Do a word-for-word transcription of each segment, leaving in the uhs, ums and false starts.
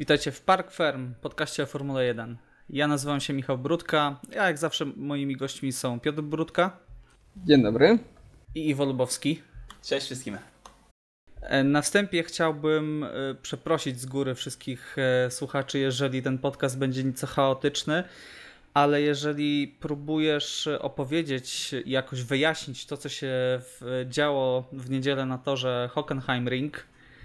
Witajcie w Park Ferm, podcaście o Formule jeden. Ja nazywam się Michał Brudka, a jak zawsze moimi gośćmi są Piotr Brudka. Dzień dobry. I Iwo Lubowski. Cześć wszystkim. Na wstępie chciałbym przeprosić z góry wszystkich słuchaczy, jeżeli ten podcast będzie nieco chaotyczny, ale jeżeli próbujesz opowiedzieć, jakoś wyjaśnić to, co się działo w niedzielę na torze Hockenheimring,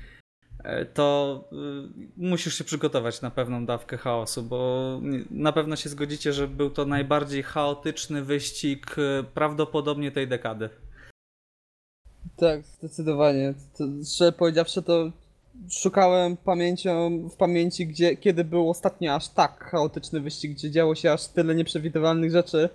to musisz się przygotować na pewną dawkę chaosu, bo na pewno się zgodzicie, że był to najbardziej chaotyczny wyścig prawdopodobnie tej dekady. Tak, zdecydowanie. To, szczerze powiedziawszy, to szukałem pamięcią, w pamięci, gdzie, kiedy był ostatnio aż tak chaotyczny wyścig, gdzie działo się aż tyle nieprzewidywalnych rzeczy.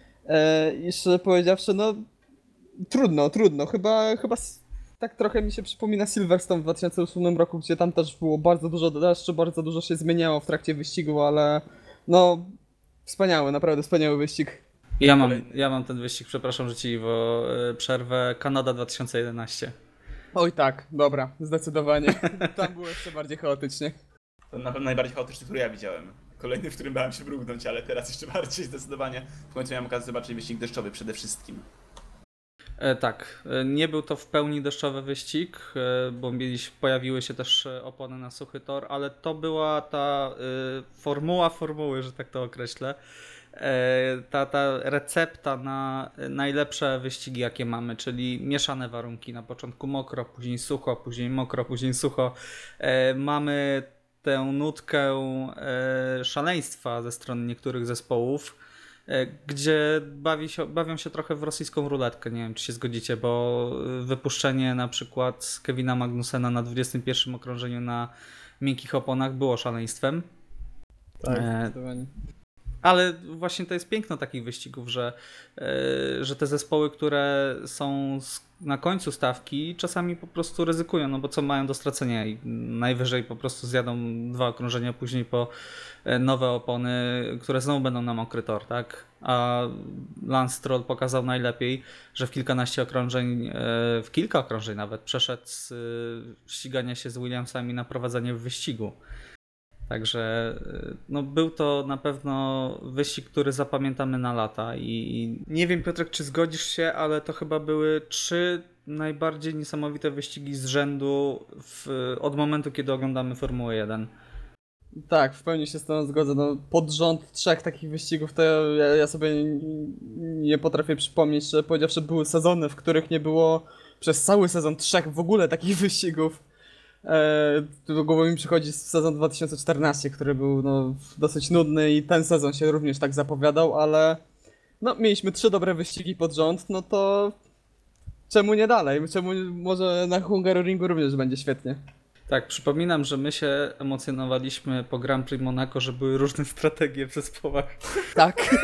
E, I szczerze powiedziawszy, no trudno, trudno. Chyba, chyba tak trochę mi się przypomina Silverstone w dwa tysiące ósmym roku, gdzie tam też było bardzo dużo deszczu, bardzo dużo się zmieniało w trakcie wyścigu, ale no wspaniały, naprawdę wspaniały wyścig. Ja mam, ja mam ten wyścig, przepraszam, że ci bo przerwę, Kanada dwa tysiące jedenaście. Oj tak, dobra, zdecydowanie. Tam było jeszcze bardziej chaotycznie. To na pewno najbardziej chaotyczny, który ja widziałem. Kolejny, w którym bałem się mrugnąć, ale teraz jeszcze bardziej zdecydowanie. W końcu miałem okazję zobaczyć wyścig deszczowy przede wszystkim. E, tak, nie był to w pełni deszczowy wyścig, e, bo mieliśmy, pojawiły się też opony na suchy tor, ale to była ta e, formuła formuły, że tak to określę. Ta, ta recepta na najlepsze wyścigi, jakie mamy, czyli mieszane warunki. Na początku mokro, później sucho, później mokro, później sucho. Mamy tę nutkę szaleństwa ze strony niektórych zespołów, gdzie bawi się, bawią się trochę w rosyjską ruletkę. Nie wiem, czy się zgodzicie, bo wypuszczenie na przykład Kevina Magnusena na dwudziestym pierwszym okrążeniu na miękkich oponach było szaleństwem. Tak, zdecydowanie. Ale właśnie to jest piękno takich wyścigów, że, że te zespoły, które są na końcu stawki, czasami po prostu ryzykują, no bo co mają do stracenia i najwyżej po prostu zjadą dwa okrążenia później po nowe opony, które znowu będą na mokry tor, tak? A Lance Stroll pokazał najlepiej, że w kilkanaście okrążeń, w kilka okrążeń nawet przeszedł z ścigania się z Williamsami na prowadzenie w wyścigu. Także no, był to na pewno wyścig, który zapamiętamy na lata i nie wiem, Piotrek, czy zgodzisz się, ale to chyba były trzy najbardziej niesamowite wyścigi z rzędu w, od momentu, kiedy oglądamy Formułę jeden. Tak, w pełni się z tym zgodzę. No, pod rząd trzech takich wyścigów to ja, ja sobie nie, nie potrafię przypomnieć, że powiedziawszy, były sezony, w których nie było przez cały sezon trzech w ogóle takich wyścigów. Eee, do głowy mi przychodzi sezon dwa tysiące czternasty, który był no, dosyć nudny i ten sezon się również tak zapowiadał, ale no, mieliśmy trzy dobre wyścigi pod rząd, no to czemu nie dalej? Czemu może na Hungaroringu również będzie świetnie? Tak, przypominam, że my się emocjonowaliśmy po Grand Prix Monaco, że były różne strategie w zespołach. Tak.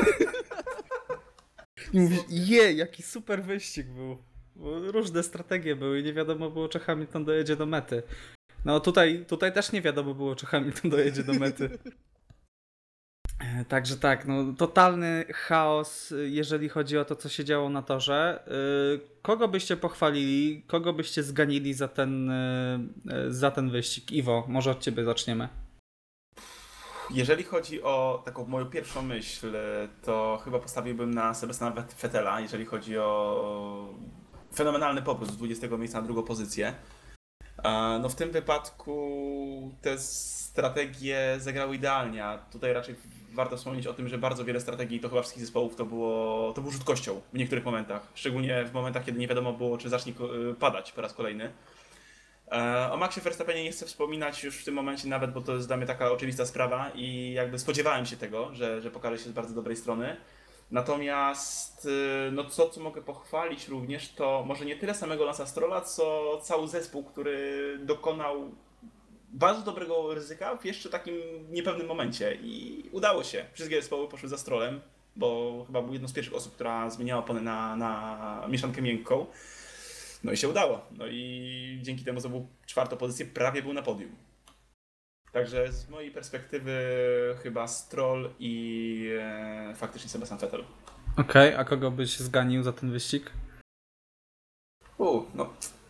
I mówisz, je, jaki super wyścig był. Bo różne strategie były i nie wiadomo było, czy Hamilton dojedzie do mety. No tutaj, tutaj też nie wiadomo było, czy Hamilton dojedzie do mety. Także tak, no totalny chaos, jeżeli chodzi o to, co się działo na torze. Kogo byście pochwalili, kogo byście zganili za ten, za ten wyścig? Iwo, może od ciebie zaczniemy. Jeżeli chodzi o taką moją pierwszą myśl, to chyba postawiłbym na Sebastiana Vettela, jeżeli chodzi o fenomenalny powrót z dwudziestego miejsca na drugą pozycję. No w tym wypadku te strategie zagrały idealnie, a tutaj raczej warto wspomnieć o tym, że bardzo wiele strategii, to chyba wszystkich zespołów, to było, to było rzut kością w niektórych momentach. Szczególnie w momentach, kiedy nie wiadomo było, czy zacznie padać po raz kolejny. O Maxie Verstappenie nie chcę wspominać już w tym momencie nawet, bo to jest dla mnie taka oczywista sprawa i jakby spodziewałem się tego, że, że pokaże się z bardzo dobrej strony. Natomiast no co, co mogę pochwalić również, to może nie tyle samego Lance'a Strolla, co cały zespół, który dokonał bardzo dobrego ryzyka w jeszcze takim niepewnym momencie i udało się. Wszystkie zespoły poszły za Strollem, bo chyba był jedną z pierwszych osób, która zmieniała opony na, na mieszankę miękką. No i się udało. No i dzięki temu zdobył czwartą pozycję, prawie był na podium. Także z mojej perspektywy chyba Stroll i e, faktycznie Sebastian Vettel. Okej, okay, a kogo byś zganił za ten wyścig? U, no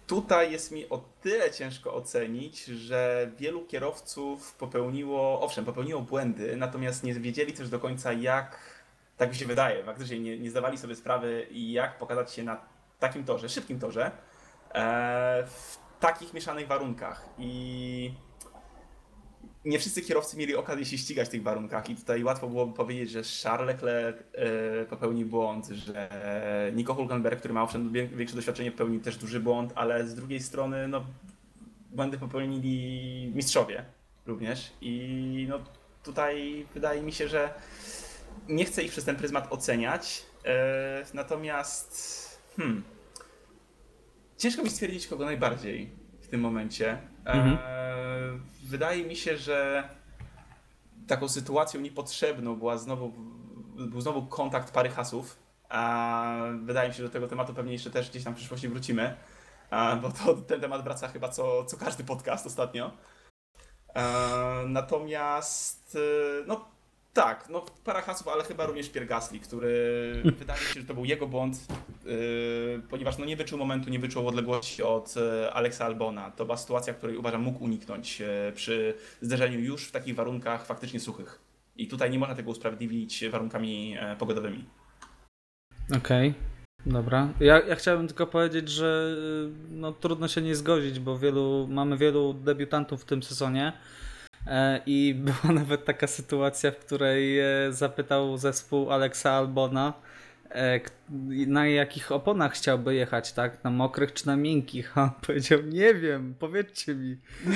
tutaj jest mi o tyle ciężko ocenić, że wielu kierowców popełniło, owszem, popełniło błędy, natomiast nie wiedzieli też do końca jak, tak mi się wydaje, faktycznie nie, nie zdawali sobie sprawy jak pokazać się na takim torze, szybkim torze, e, w takich mieszanych warunkach i nie wszyscy kierowcy mieli okazję się ścigać w tych warunkach i tutaj łatwo byłoby powiedzieć, że Charles Leclerc e, popełnił błąd, że Nico Hülkenberg, który ma owszem większe doświadczenie, popełnił też duży błąd, ale z drugiej strony no, błędy popełnili mistrzowie również i no, tutaj wydaje mi się, że nie chcę ich przez ten pryzmat oceniać, e, natomiast hmm, ciężko mi stwierdzić, kogo najbardziej w tym momencie. Mhm. E, wydaje mi się, że taką sytuacją niepotrzebną była znowu, był znowu kontakt pary hasów. A wydaje mi się, że do tego tematu pewnie jeszcze też gdzieś tam w przyszłości wrócimy, a, bo to, ten temat wraca chyba co, co każdy podcast ostatnio. E, natomiast no tak, no para hasów, ale chyba również Pierre Gasly, który wydaje mi się, że to był jego błąd, yy, ponieważ no nie wyczuł momentu, nie wyczuł odległości od yy, Alexa Albona. To była sytuacja, której uważam mógł uniknąć yy, przy zderzeniu już w takich warunkach faktycznie suchych. I tutaj nie można tego usprawiedliwić warunkami yy, pogodowymi. Okej, okay, dobra. Ja, ja chciałbym tylko powiedzieć, że yy, no, trudno się nie zgodzić, bo wielu, mamy wielu debiutantów w tym sezonie. I była nawet taka sytuacja, w której zapytał zespół Alexa Albona, na jakich oponach chciałby jechać, tak? Na mokrych czy na miękkich? A on powiedział, nie wiem, powiedzcie mi.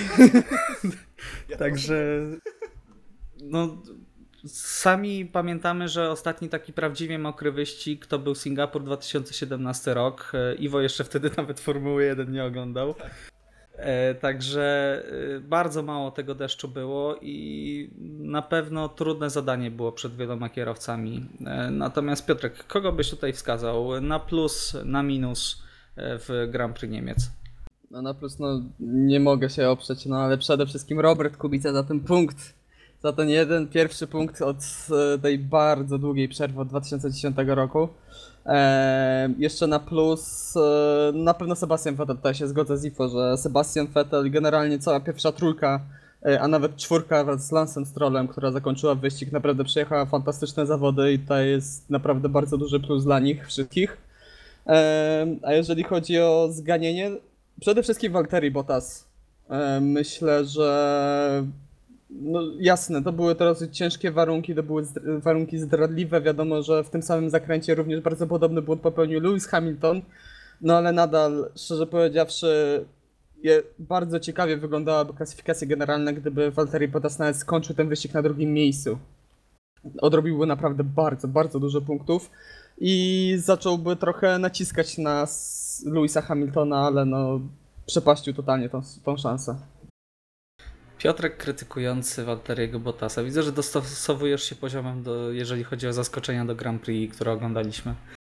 Także no, sami pamiętamy, że ostatni taki prawdziwie mokry wyścig to był Singapur dwa tysiące siedemnasty rok. Iwo jeszcze wtedy nawet Formuły jeden nie oglądał. E, także e, bardzo mało tego deszczu było i na pewno trudne zadanie było przed wieloma kierowcami. E, natomiast Piotrek, kogo byś tutaj wskazał na plus, na minus e, w Grand Prix Niemiec? No na plus no nie mogę się oprzeć, no ale przede wszystkim Robert Kubica za ten punkt, za ten jeden pierwszy punkt od tej bardzo długiej przerwy od dwa tysiące dziesiątego roku. Eee, jeszcze na plus, e, na pewno Sebastian Vettel, tutaj się zgodzę z Ifo, że Sebastian Vettel, generalnie cała pierwsza trójka, e, a nawet czwórka wraz z Lancem Strollem, która zakończyła wyścig, naprawdę przejechała fantastyczne zawody i to jest naprawdę bardzo duży plus dla nich wszystkich. Eee, a jeżeli chodzi o zganienie, przede wszystkim Valtteri Bottas. Eee, myślę, że no jasne, to były teraz ciężkie warunki, to były zdr- warunki zdradliwe, wiadomo, że w tym samym zakręcie również bardzo podobny błąd popełnił Lewis Hamilton, no ale nadal, szczerze powiedziawszy, je, bardzo ciekawie wyglądałaby klasyfikacja generalna, gdyby Valtteri Bottas nawet skończył ten wyścig na drugim miejscu. Odrobiłby naprawdę bardzo, bardzo dużo punktów i zacząłby trochę naciskać na Lewisa Hamiltona, ale no przepaścił totalnie tą, tą szansę. Piotrek krytykujący Valtteriego Bottasa. Widzę, że dostosowujesz się poziomem, do, jeżeli chodzi o zaskoczenia do Grand Prix, które oglądaliśmy.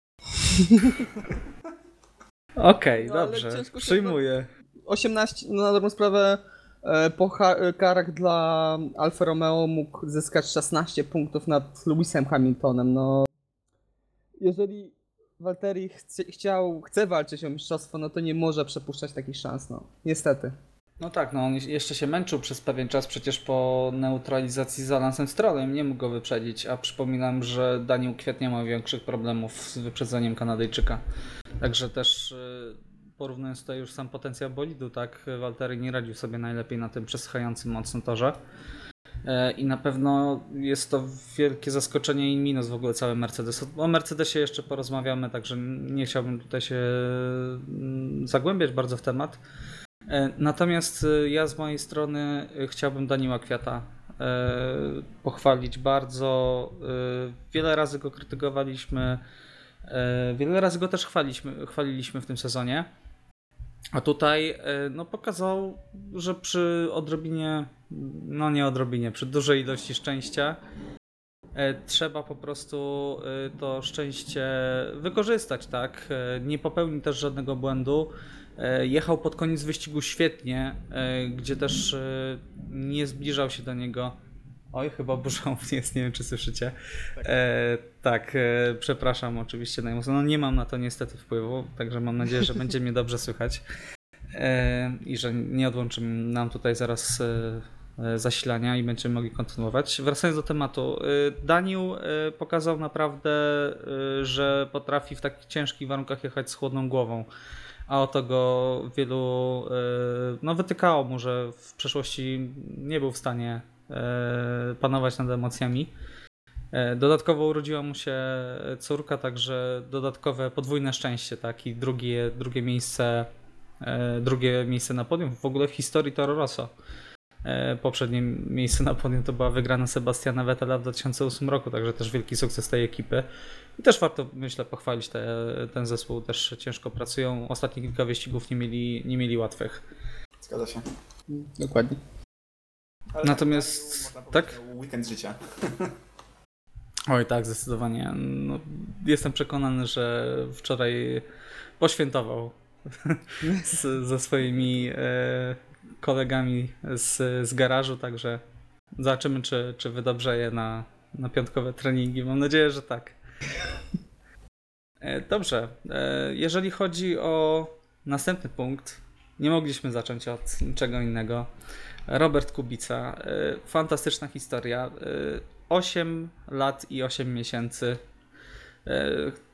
Okej, okay, no, dobrze, przyjmuję. osiemnaście, no na dobrą sprawę, po karach dla Alfa Romeo mógł zyskać szesnaście punktów nad Lewisem Hamiltonem. No, jeżeli Valtteri chce, chciał, chce walczyć o mistrzostwo, no to nie może przepuszczać takich szans, no niestety. No tak, no on jeszcze się męczył przez pewien czas, przecież po neutralizacji z Lancem Strollem nie mógł go wyprzedzić, a przypominam, że Daniel Kwiat nie ma większych problemów z wyprzedzeniem Kanadyjczyka. Także też porównując tutaj już sam potencjał bolidu, tak, Valtteri nie radził sobie najlepiej na tym przesychającym mocno torze. I na pewno jest to wielkie zaskoczenie i minus w ogóle cały Mercedes. O Mercedesie jeszcze porozmawiamy, także nie chciałbym tutaj się zagłębiać bardzo w temat. Natomiast ja z mojej strony chciałbym Daniela Kwiata pochwalić bardzo. Wiele razy go krytykowaliśmy, wiele razy go też chwaliliśmy, chwaliliśmy w tym sezonie. A tutaj no, pokazał, że przy odrobinie, no nie odrobinie, przy dużej ilości szczęścia trzeba po prostu to szczęście wykorzystać, tak? Nie popełnił też żadnego błędu. Jechał pod koniec wyścigu świetnie, gdzie też nie zbliżał się do niego. Oj, chyba burzą jest, nie wiem czy słyszycie. Tak, e, tak e, przepraszam oczywiście najmocniej. No nie mam na to niestety wpływu, także mam nadzieję, że będzie mnie dobrze słychać. i że nie odłączy nam tutaj zaraz zasilania i będziemy mogli kontynuować. Wracając do tematu, Daniel pokazał naprawdę, że potrafi w takich ciężkich warunkach jechać z chłodną głową, a o to go wielu no, wytykało mu, że w przeszłości nie był w stanie panować nad emocjami. Dodatkowo urodziła mu się córka, także dodatkowe podwójne szczęście, tak, i drugie, drugie miejsce drugie miejsce na podium w ogóle w historii Toro Rosso. Poprzednie miejsce na podium to była wygrana Sebastiana Vettela w dwa tysiące ósmym roku, także też wielki sukces tej ekipy. I też warto, myślę, pochwalić te, ten zespół, też ciężko pracują. Ostatnie kilka wyścigów nie mieli, nie mieli łatwych. Zgadza się. Dokładnie. Ale Natomiast, można powiedzieć, tak? no, weekend życia. Oj tak, zdecydowanie. No, jestem przekonany, że wczoraj poświętował z, ze swoimi e, kolegami z, z garażu, także zobaczymy, czy, czy wydobrzeje na, na piątkowe treningi. Mam nadzieję, że tak. E, dobrze, e, jeżeli chodzi o następny punkt, nie mogliśmy zacząć od niczego innego. Robert Kubica, e, fantastyczna historia. E, osiem lat i osiem miesięcy. E,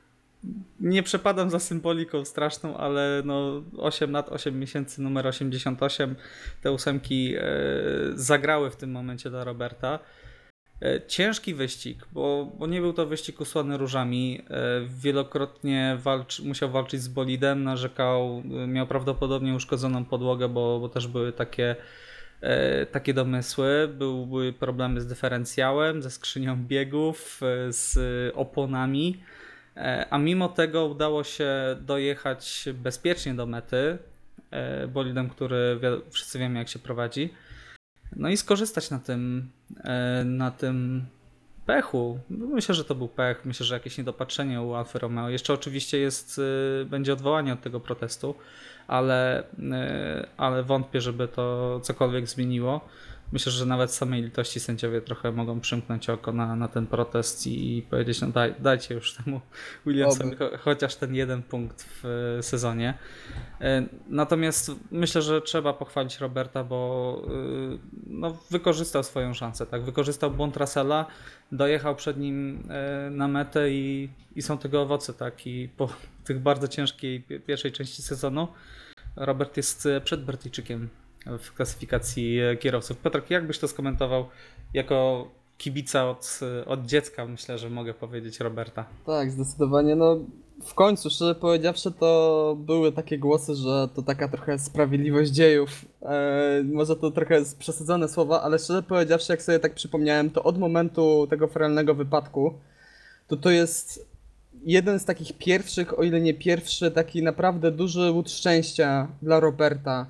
Nie przepadam za symboliką straszną, ale no osiem lat, osiem miesięcy, numer osiemdziesiąt osiem. Te ósemki e, zagrały w tym momencie dla Roberta. E, ciężki wyścig, bo, bo nie był to wyścig usłany różami. E, wielokrotnie walczy, musiał walczyć z bolidem, narzekał, miał prawdopodobnie uszkodzoną podłogę, bo, bo też były takie, e, takie domysły. Były problemy z dyferencjałem, ze skrzynią biegów, e, z oponami. A mimo tego udało się dojechać bezpiecznie do mety bolidem, który wszyscy wiemy jak się prowadzi. No i skorzystać na tym, na tym pechu. Myślę, że to był pech. Myślę, że jakieś niedopatrzenie u Alfy Romeo. Jeszcze oczywiście jest, będzie odwołanie od tego protestu, ale, ale wątpię, żeby to cokolwiek zmieniło. Myślę, że nawet z samej litości sędziowie trochę mogą przymknąć oko na, na ten protest i powiedzieć, no daj, dajcie już temu Williamsowi cho- chociaż ten jeden punkt w sezonie. Natomiast myślę, że trzeba pochwalić Roberta, bo no, wykorzystał swoją szansę, tak? Wykorzystał błąd Russella, dojechał przed nim na metę i, i są tego owoce, tak? I po tych bardzo ciężkiej pierwszej części sezonu Robert jest przed Brytyjczykiem w klasyfikacji kierowców. Piotrek, jak byś to skomentował jako kibica od, od dziecka, myślę, że mogę powiedzieć, Roberta? Tak, zdecydowanie. No w końcu, szczerze powiedziawszy, to były takie głosy, że to taka trochę sprawiedliwość dziejów. E, może to trochę jest przesadzone słowa, ale szczerze powiedziawszy, jak sobie tak przypomniałem, to od momentu tego feralnego wypadku, to to jest jeden z takich pierwszych, o ile nie pierwszy, taki naprawdę duży łód szczęścia dla Roberta.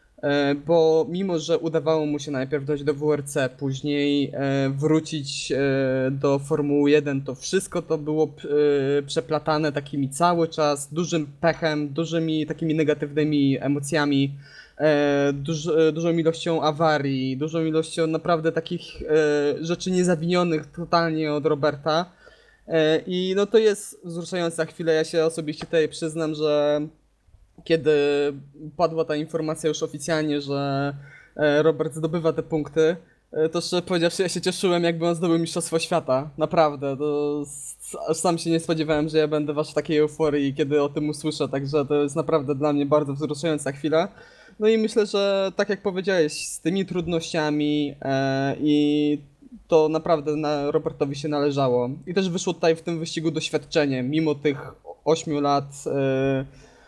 Bo mimo, że udawało mu się najpierw dojść do W R C, później wrócić do Formuły jeden, to wszystko to było przeplatane takimi cały czas dużym pechem, dużymi takimi negatywnymi emocjami, duż, dużą ilością awarii, dużą ilością naprawdę takich rzeczy niezawinionych totalnie od Roberta. I no to jest wzruszająca chwila. Ja się osobiście tutaj przyznam, że kiedy padła ta informacja już oficjalnie, że Robert zdobywa te punkty, to szczerze powiedziawszy, ja się cieszyłem, jakby on zdobył Mistrzostwo Świata. Naprawdę, to aż sam się nie spodziewałem, że ja będę w aż takiej euforii, kiedy o tym usłyszę, także to jest naprawdę dla mnie bardzo wzruszająca chwila. No i myślę, że tak jak powiedziałeś, z tymi trudnościami e, i to naprawdę na Robertowi się należało. I też wyszło tutaj w tym wyścigu doświadczenie, mimo tych ośmiu lat e,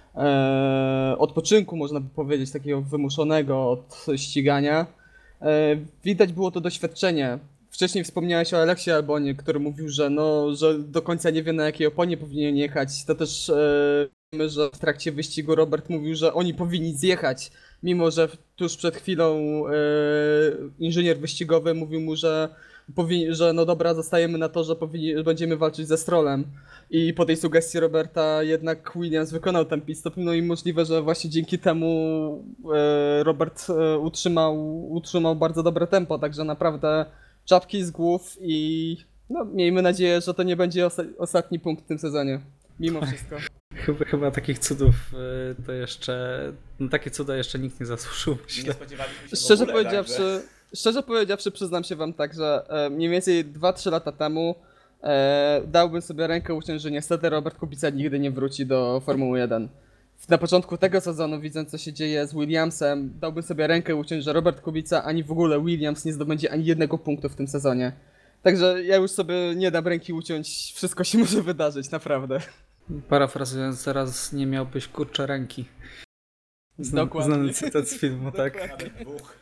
e, odpoczynku, można by powiedzieć, takiego wymuszonego od ścigania. E, widać było to doświadczenie. Wcześniej wspomniałeś o Aleksie Albonie, który mówił, że, no, że do końca nie wie, na jakiej oponie powinien jechać. To też e, wiemy, że w trakcie wyścigu Robert mówił, że oni powinni zjechać, mimo że tuż przed chwilą e, inżynier wyścigowy mówił mu, że, powin- że no dobra, zostajemy na to, że powinni- będziemy walczyć ze Strollem. I po tej sugestii Roberta jednak Williams wykonał ten pit stop, no i możliwe, że właśnie dzięki temu e, Robert e, utrzymał, utrzymał bardzo dobre tempo, także naprawdę czapki z głów i no, miejmy nadzieję, że to nie będzie osa- ostatni punkt w tym sezonie, mimo wszystko. Chyba, chyba takich cudów y, to jeszcze, no takie cuda jeszcze nikt nie zasłużył, Nie myślę. spodziewaliśmy się w Szczerze ogóle, powiedziawszy, także... szczerze powiedziawszy, przyznam się wam tak, że e, mniej więcej dwa trzy lata temu e, dałbym sobie rękę uciąć, że niestety Robert Kubica nigdy nie wróci do Formuły jeden. Na początku tego sezonu, widząc co się dzieje z Williamsem, dałbym sobie rękę uciąć, że Robert Kubica ani w ogóle Williams nie zdobędzie ani jednego punktu w tym sezonie. Także ja już sobie nie dam ręki uciąć, wszystko się może wydarzyć, naprawdę. Parafrazując, zaraz nie miałbyś kurcze ręki. Zna, Dokładnie. Znany cytat z filmu, tak? Dokładnie. Nawet dwóch.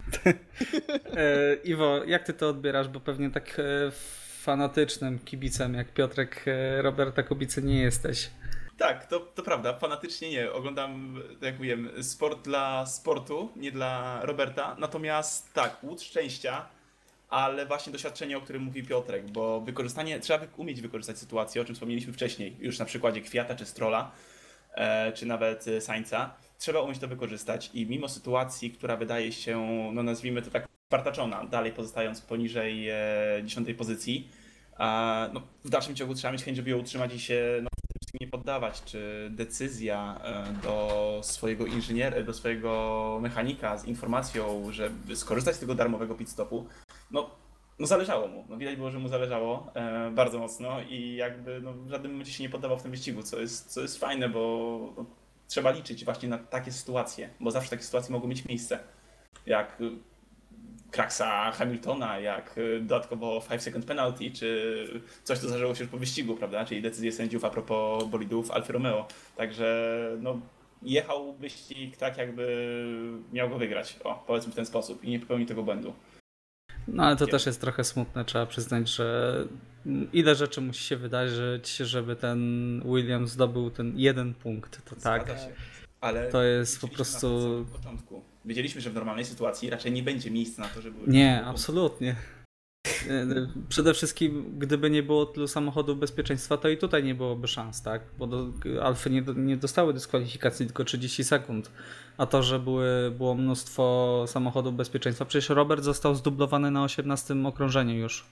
E, Iwo, jak ty to odbierasz? Bo pewnie tak e, fanatycznym kibicem jak Piotrek e, Roberta Kubicy nie jesteś. Tak, to, to prawda, fanatycznie nie. Oglądam, tak jak mówiłem, sport dla sportu, nie dla Roberta. Natomiast tak, łód szczęścia, ale właśnie doświadczenie, o którym mówi Piotrek, bo wykorzystanie, trzeba wy- umieć wykorzystać sytuację, o czym wspomnieliśmy wcześniej, już na przykładzie Kwiata czy Strolla, e, czy nawet e, Sainza. Trzeba umieć to wykorzystać i mimo sytuacji, która wydaje się, no nazwijmy to tak, spartaczona, dalej pozostając poniżej e, dziesiątej pozycji, a, no, w dalszym ciągu trzeba mieć chęć, żeby ją utrzymać i się no, przede wszystkim nie poddawać. Czy decyzja e, do swojego inżyniera, do swojego mechanika z informacją, żeby skorzystać z tego darmowego pit stopu, no, no zależało mu. No, widać było, że mu zależało e, bardzo mocno i jakby no, w żadnym momencie się nie poddawał w tym wyścigu, co jest, co jest fajne, bo no, trzeba liczyć właśnie na takie sytuacje, bo zawsze takie sytuacje mogą mieć miejsce. Jak y, kraksa Hamiltona, jak y, dodatkowo five second penalty, czy coś, co zdarzyło się już po wyścigu, prawda? Czyli decyzje sędziów a propos bolidów Alfa Romeo. Także no, jechał wyścig tak, jakby miał go wygrać. O, powiedzmy w ten sposób i nie popełni tego błędu. No ale to też jest trochę smutne, trzeba przyznać, że ile rzeczy musi się wydarzyć, żeby ten Williams zdobył ten jeden punkt, to tak. Zgadza się. Ale To jest po liczyliśmy na prostu- to od samego początku. Wiedzieliśmy, że w normalnej sytuacji raczej nie będzie miejsca na to, żeby... Nie, absolutnie. Przede wszystkim, gdyby nie było tylu samochodów bezpieczeństwa, to i tutaj nie byłoby szans, tak? Bo do, Alfy nie, do, nie dostały dyskwalifikacji tylko trzydzieści sekund, a to, że były, było mnóstwo samochodów bezpieczeństwa, przecież Robert został zdublowany na osiemnastym okrążeniu już.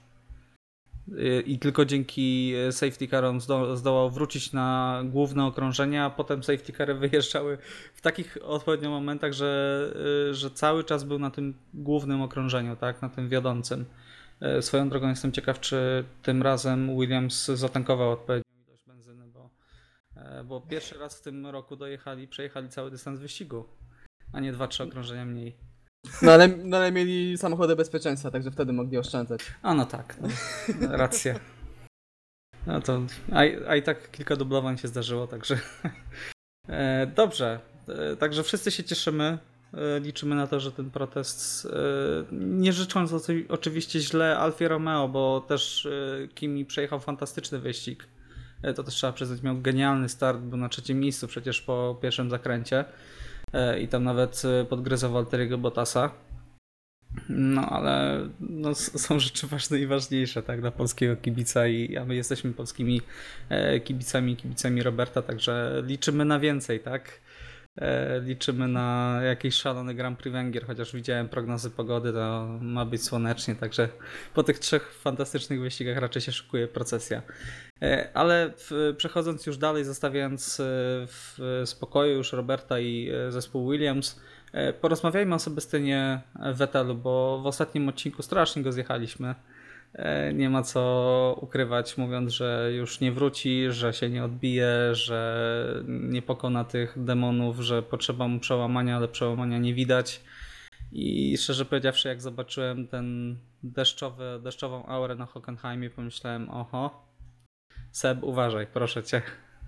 I tylko dzięki safety carom zdo, zdołał wrócić na główne okrążenie, a potem safety cary wyjeżdżały w takich odpowiednich momentach, że, że cały czas był na tym głównym okrążeniu, tak? Na tym wiodącym. Swoją drogą jestem ciekaw, czy tym razem Williams zatankował odpowiednią ilość benzyny, bo, bo pierwszy raz w tym roku dojechali, przejechali cały dystans wyścigu, a nie dwa trzy okrążenia mniej. No ale, no ale mieli samochody bezpieczeństwa, także wtedy mogli oszczędzać. A no tak, no, racja. No to, a, a i tak kilka dublowań się zdarzyło, także e, dobrze. E, także wszyscy się cieszymy. E, liczymy na to, że ten protest, e, nie życząc o, oczywiście źle Alfie Romeo, bo też e, Kimi przejechał fantastyczny wyścig. E, to też trzeba przyznać, miał genialny start, był na trzecim miejscu przecież po pierwszym zakręcie. E, I tam nawet podgryzał Valtteriego Bottasa. No ale no, s- są rzeczy ważne i ważniejsze, tak, dla polskiego kibica i a my jesteśmy polskimi e, kibicami, kibicami Roberta, także liczymy na więcej, tak? E, liczymy na jakiś szalony Grand Prix Węgier, chociaż widziałem prognozy pogody, to ma być słonecznie, także po tych trzech fantastycznych wyścigach raczej się szykuje procesja. E, ale w, przechodząc już dalej, zostawiając e, w spokoju już Roberta i e, zespół Williams, e, porozmawiajmy o Sebastianie Vettelu, bo w ostatnim odcinku strasznie go zjechaliśmy. E, Nie ma co ukrywać, mówiąc, że już nie wróci, że się nie odbije, że nie pokona tych demonów, że potrzeba mu przełamania, ale przełamania nie widać. I szczerze powiedziawszy, jak zobaczyłem ten deszczowy, deszczową aurę na Hockenheimie, pomyślałem, oho, Seb, uważaj, proszę cię.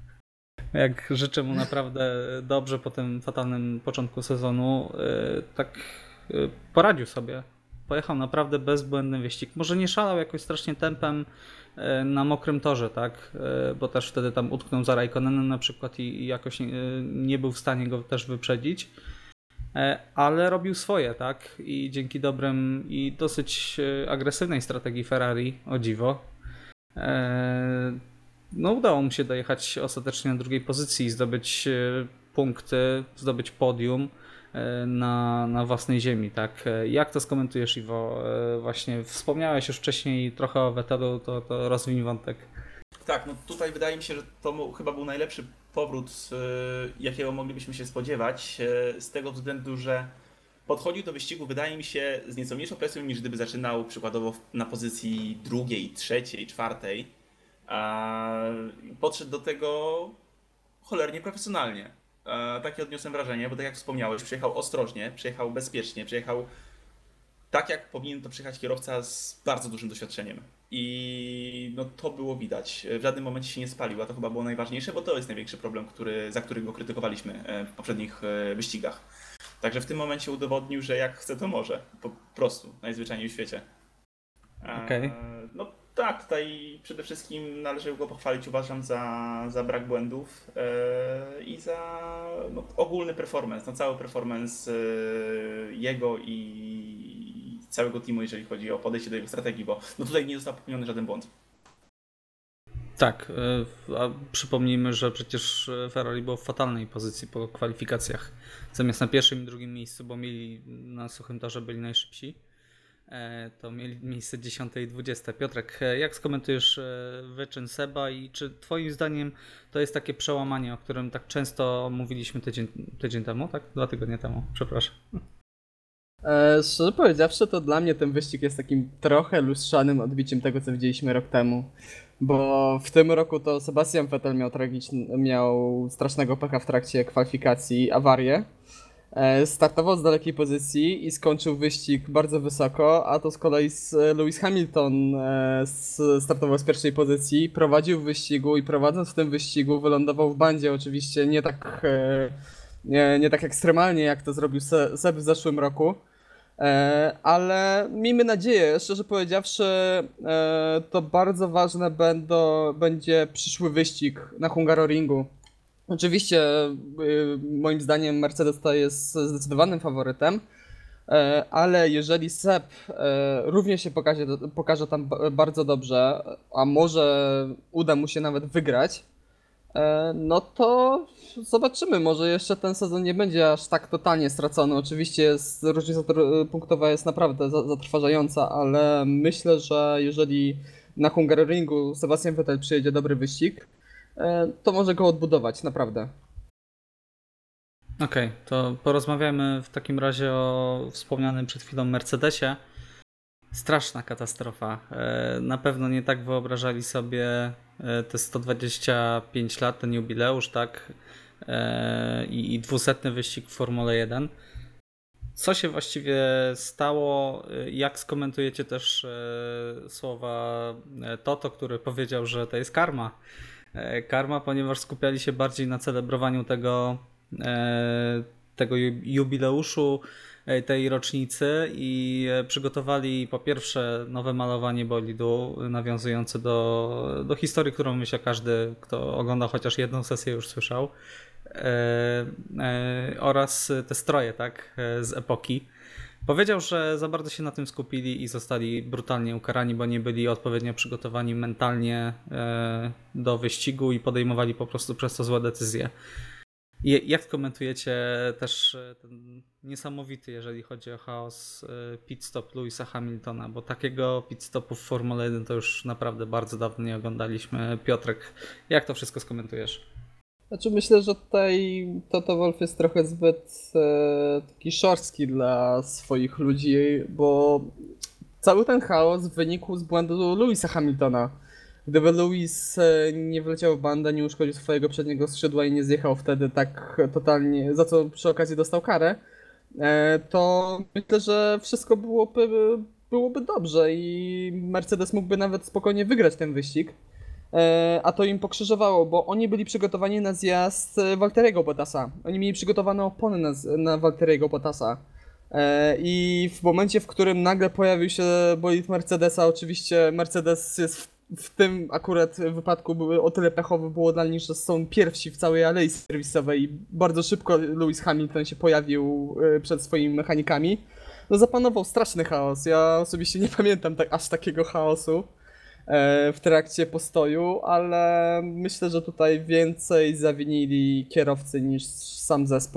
Jak życzę mu naprawdę dobrze po tym fatalnym początku sezonu, yy, tak yy, poradził sobie. Pojechał naprawdę bezbłędny wyścig. Może nie szalał jakoś strasznie tempem yy, na mokrym torze, tak? Yy, bo też wtedy tam utknął za Raikkonenem na przykład i, i jakoś yy, nie był w stanie go też wyprzedzić. Yy, ale robił swoje, tak? I dzięki dobrym i dosyć yy, agresywnej strategii Ferrari, o dziwo, yy, no udało mu się dojechać ostatecznie na drugiej pozycji i zdobyć e, punkty, zdobyć podium e, na, na własnej ziemi, tak? E, Jak to skomentujesz, Iwo? E, Właśnie wspomniałeś już wcześniej trochę o Vettelu, to, to rozwiń wątek. Tak, no tutaj wydaje mi się, że to mu- chyba był najlepszy powrót, y, jakiego moglibyśmy się spodziewać, y, z tego względu, że podchodził do wyścigu, wydaje mi się, z nieco mniejszą presją niż gdyby zaczynał przykładowo w- na pozycji drugiej, trzeciej, czwartej. A podszedł do tego cholernie profesjonalnie. E, takie odniosłem wrażenie, bo tak jak wspomniałeś, przyjechał ostrożnie, przyjechał bezpiecznie, przyjechał tak, jak powinien to przyjechać kierowca z bardzo dużym doświadczeniem. I no to było widać. W żadnym momencie się nie spalił, a to chyba było najważniejsze, bo to jest największy problem, który, za który go krytykowaliśmy e, w poprzednich e, wyścigach. Także w tym momencie udowodnił, że jak chce, to może. Po prostu, najzwyczajniej w świecie. E, Okej. No tak, tutaj przede wszystkim należy go pochwalić, uważam, za, za brak błędów e, i za no, ogólny performance, no, cały performance e, jego i całego teamu, jeżeli chodzi o podejście do jego strategii, bo no, tutaj nie został popełniony żaden błąd. Tak, y, a przypomnijmy, że przecież Ferrari było w fatalnej pozycji po kwalifikacjach. Zamiast na pierwszym i drugim miejscu, bo mieli na suchym torze byli najszybsi, e, to mieli miejsce dziesiąte i dwudzieste. Piotrek, e, jak skomentujesz e, wyczyn Seba i czy twoim zdaniem to jest takie przełamanie, o którym tak często mówiliśmy tydzień, tydzień temu, tak? Dwa tygodnie temu, przepraszam. E, szczerze powiedziawszy, to dla mnie ten wyścig jest takim trochę lustrzanym odbiciem tego, co widzieliśmy rok temu. Bo w tym roku to Sebastian Vettel miał tragiczny, miał strasznego pecha w trakcie kwalifikacji, awarię. E, startował z dalekiej pozycji i skończył wyścig bardzo wysoko, a to z kolei z Lewis Hamilton e, z, startował z pierwszej pozycji, prowadził w wyścigu i prowadząc w tym wyścigu wylądował w bandzie, oczywiście nie tak, e, nie, nie tak ekstremalnie jak to zrobił Se, Seb w zeszłym roku. E, ale miejmy nadzieję, szczerze powiedziawszy, e, to bardzo ważne będą, będzie przyszły wyścig na Hungaroringu. Oczywiście, y, moim zdaniem Mercedes to jest zdecydowanym faworytem, e, ale jeżeli Seb e, również się pokaże, pokaże tam ba- bardzo dobrze, a może uda mu się nawet wygrać, E, no to zobaczymy, może jeszcze ten sezon nie będzie aż tak totalnie stracony. Oczywiście jest, różnica tr- punktowa jest naprawdę za- zatrważająca, ale myślę, że jeżeli na Hungaroringu Sebastian Vettel przyjedzie dobry wyścig, e, to może go odbudować, naprawdę. Okej, to porozmawiamy w takim razie o wspomnianym przed chwilą Mercedesie. Straszna katastrofa. E, Na pewno nie tak wyobrażali sobie e, te sto dwadzieścia pięć lat, ten jubileusz, tak? E, I, i dwusetny wyścig w Formule jeden. Co się właściwie stało? E, Jak skomentujecie też e, słowa e, Toto, który powiedział, że to jest karma? E, Karma, ponieważ skupiali się bardziej na celebrowaniu tego, e, tego ju- jubileuszu, e, tej rocznicy i e, przygotowali po pierwsze nowe malowanie bolidu e, nawiązujące do, do historii, którą myślę każdy, kto ogląda chociaż jedną sesję już słyszał. E, e, oraz te stroje, tak, e, z epoki. Powiedział, że za bardzo się na tym skupili i zostali brutalnie ukarani, bo nie byli odpowiednio przygotowani mentalnie e, do wyścigu i podejmowali po prostu przez to złe decyzje. I jak komentujecie też e, ten niesamowity, jeżeli chodzi o chaos, e, pit stop Lewisa Hamiltona, bo takiego pit stopu w Formule jeden to już naprawdę bardzo dawno nie oglądaliśmy. Piotrek, jak to wszystko skomentujesz? Znaczy myślę, że tutaj Toto Wolff jest trochę zbyt e, taki szorstki dla swoich ludzi, bo cały ten chaos wynikł z błędu Lewisa Hamiltona. Gdyby Lewis e, nie wleciał w bandę, nie uszkodził swojego przedniego skrzydła i nie zjechał wtedy tak totalnie, za co przy okazji dostał karę, e, to myślę, że wszystko byłoby, byłoby dobrze i Mercedes mógłby nawet spokojnie wygrać ten wyścig. E, A to im pokrzyżowało, bo oni byli przygotowani na zjazd e, Valtteriego Bottasa. Oni mieli przygotowane opony na, z- na Valtteriego Bottasa. E, I w momencie, w którym nagle pojawił się bolid Mercedesa, oczywiście Mercedes jest w, w tym akurat wypadku był o tyle pechowy było dla nich, że są pierwsi w całej alei serwisowej i bardzo szybko Lewis Hamilton się pojawił e, przed swoimi mechanikami. No zapanował straszny chaos. Ja osobiście nie pamiętam tak, aż takiego chaosu e, w trakcie postoju, ale myślę, że tutaj więcej zawinili kierowcy niż sam zespół.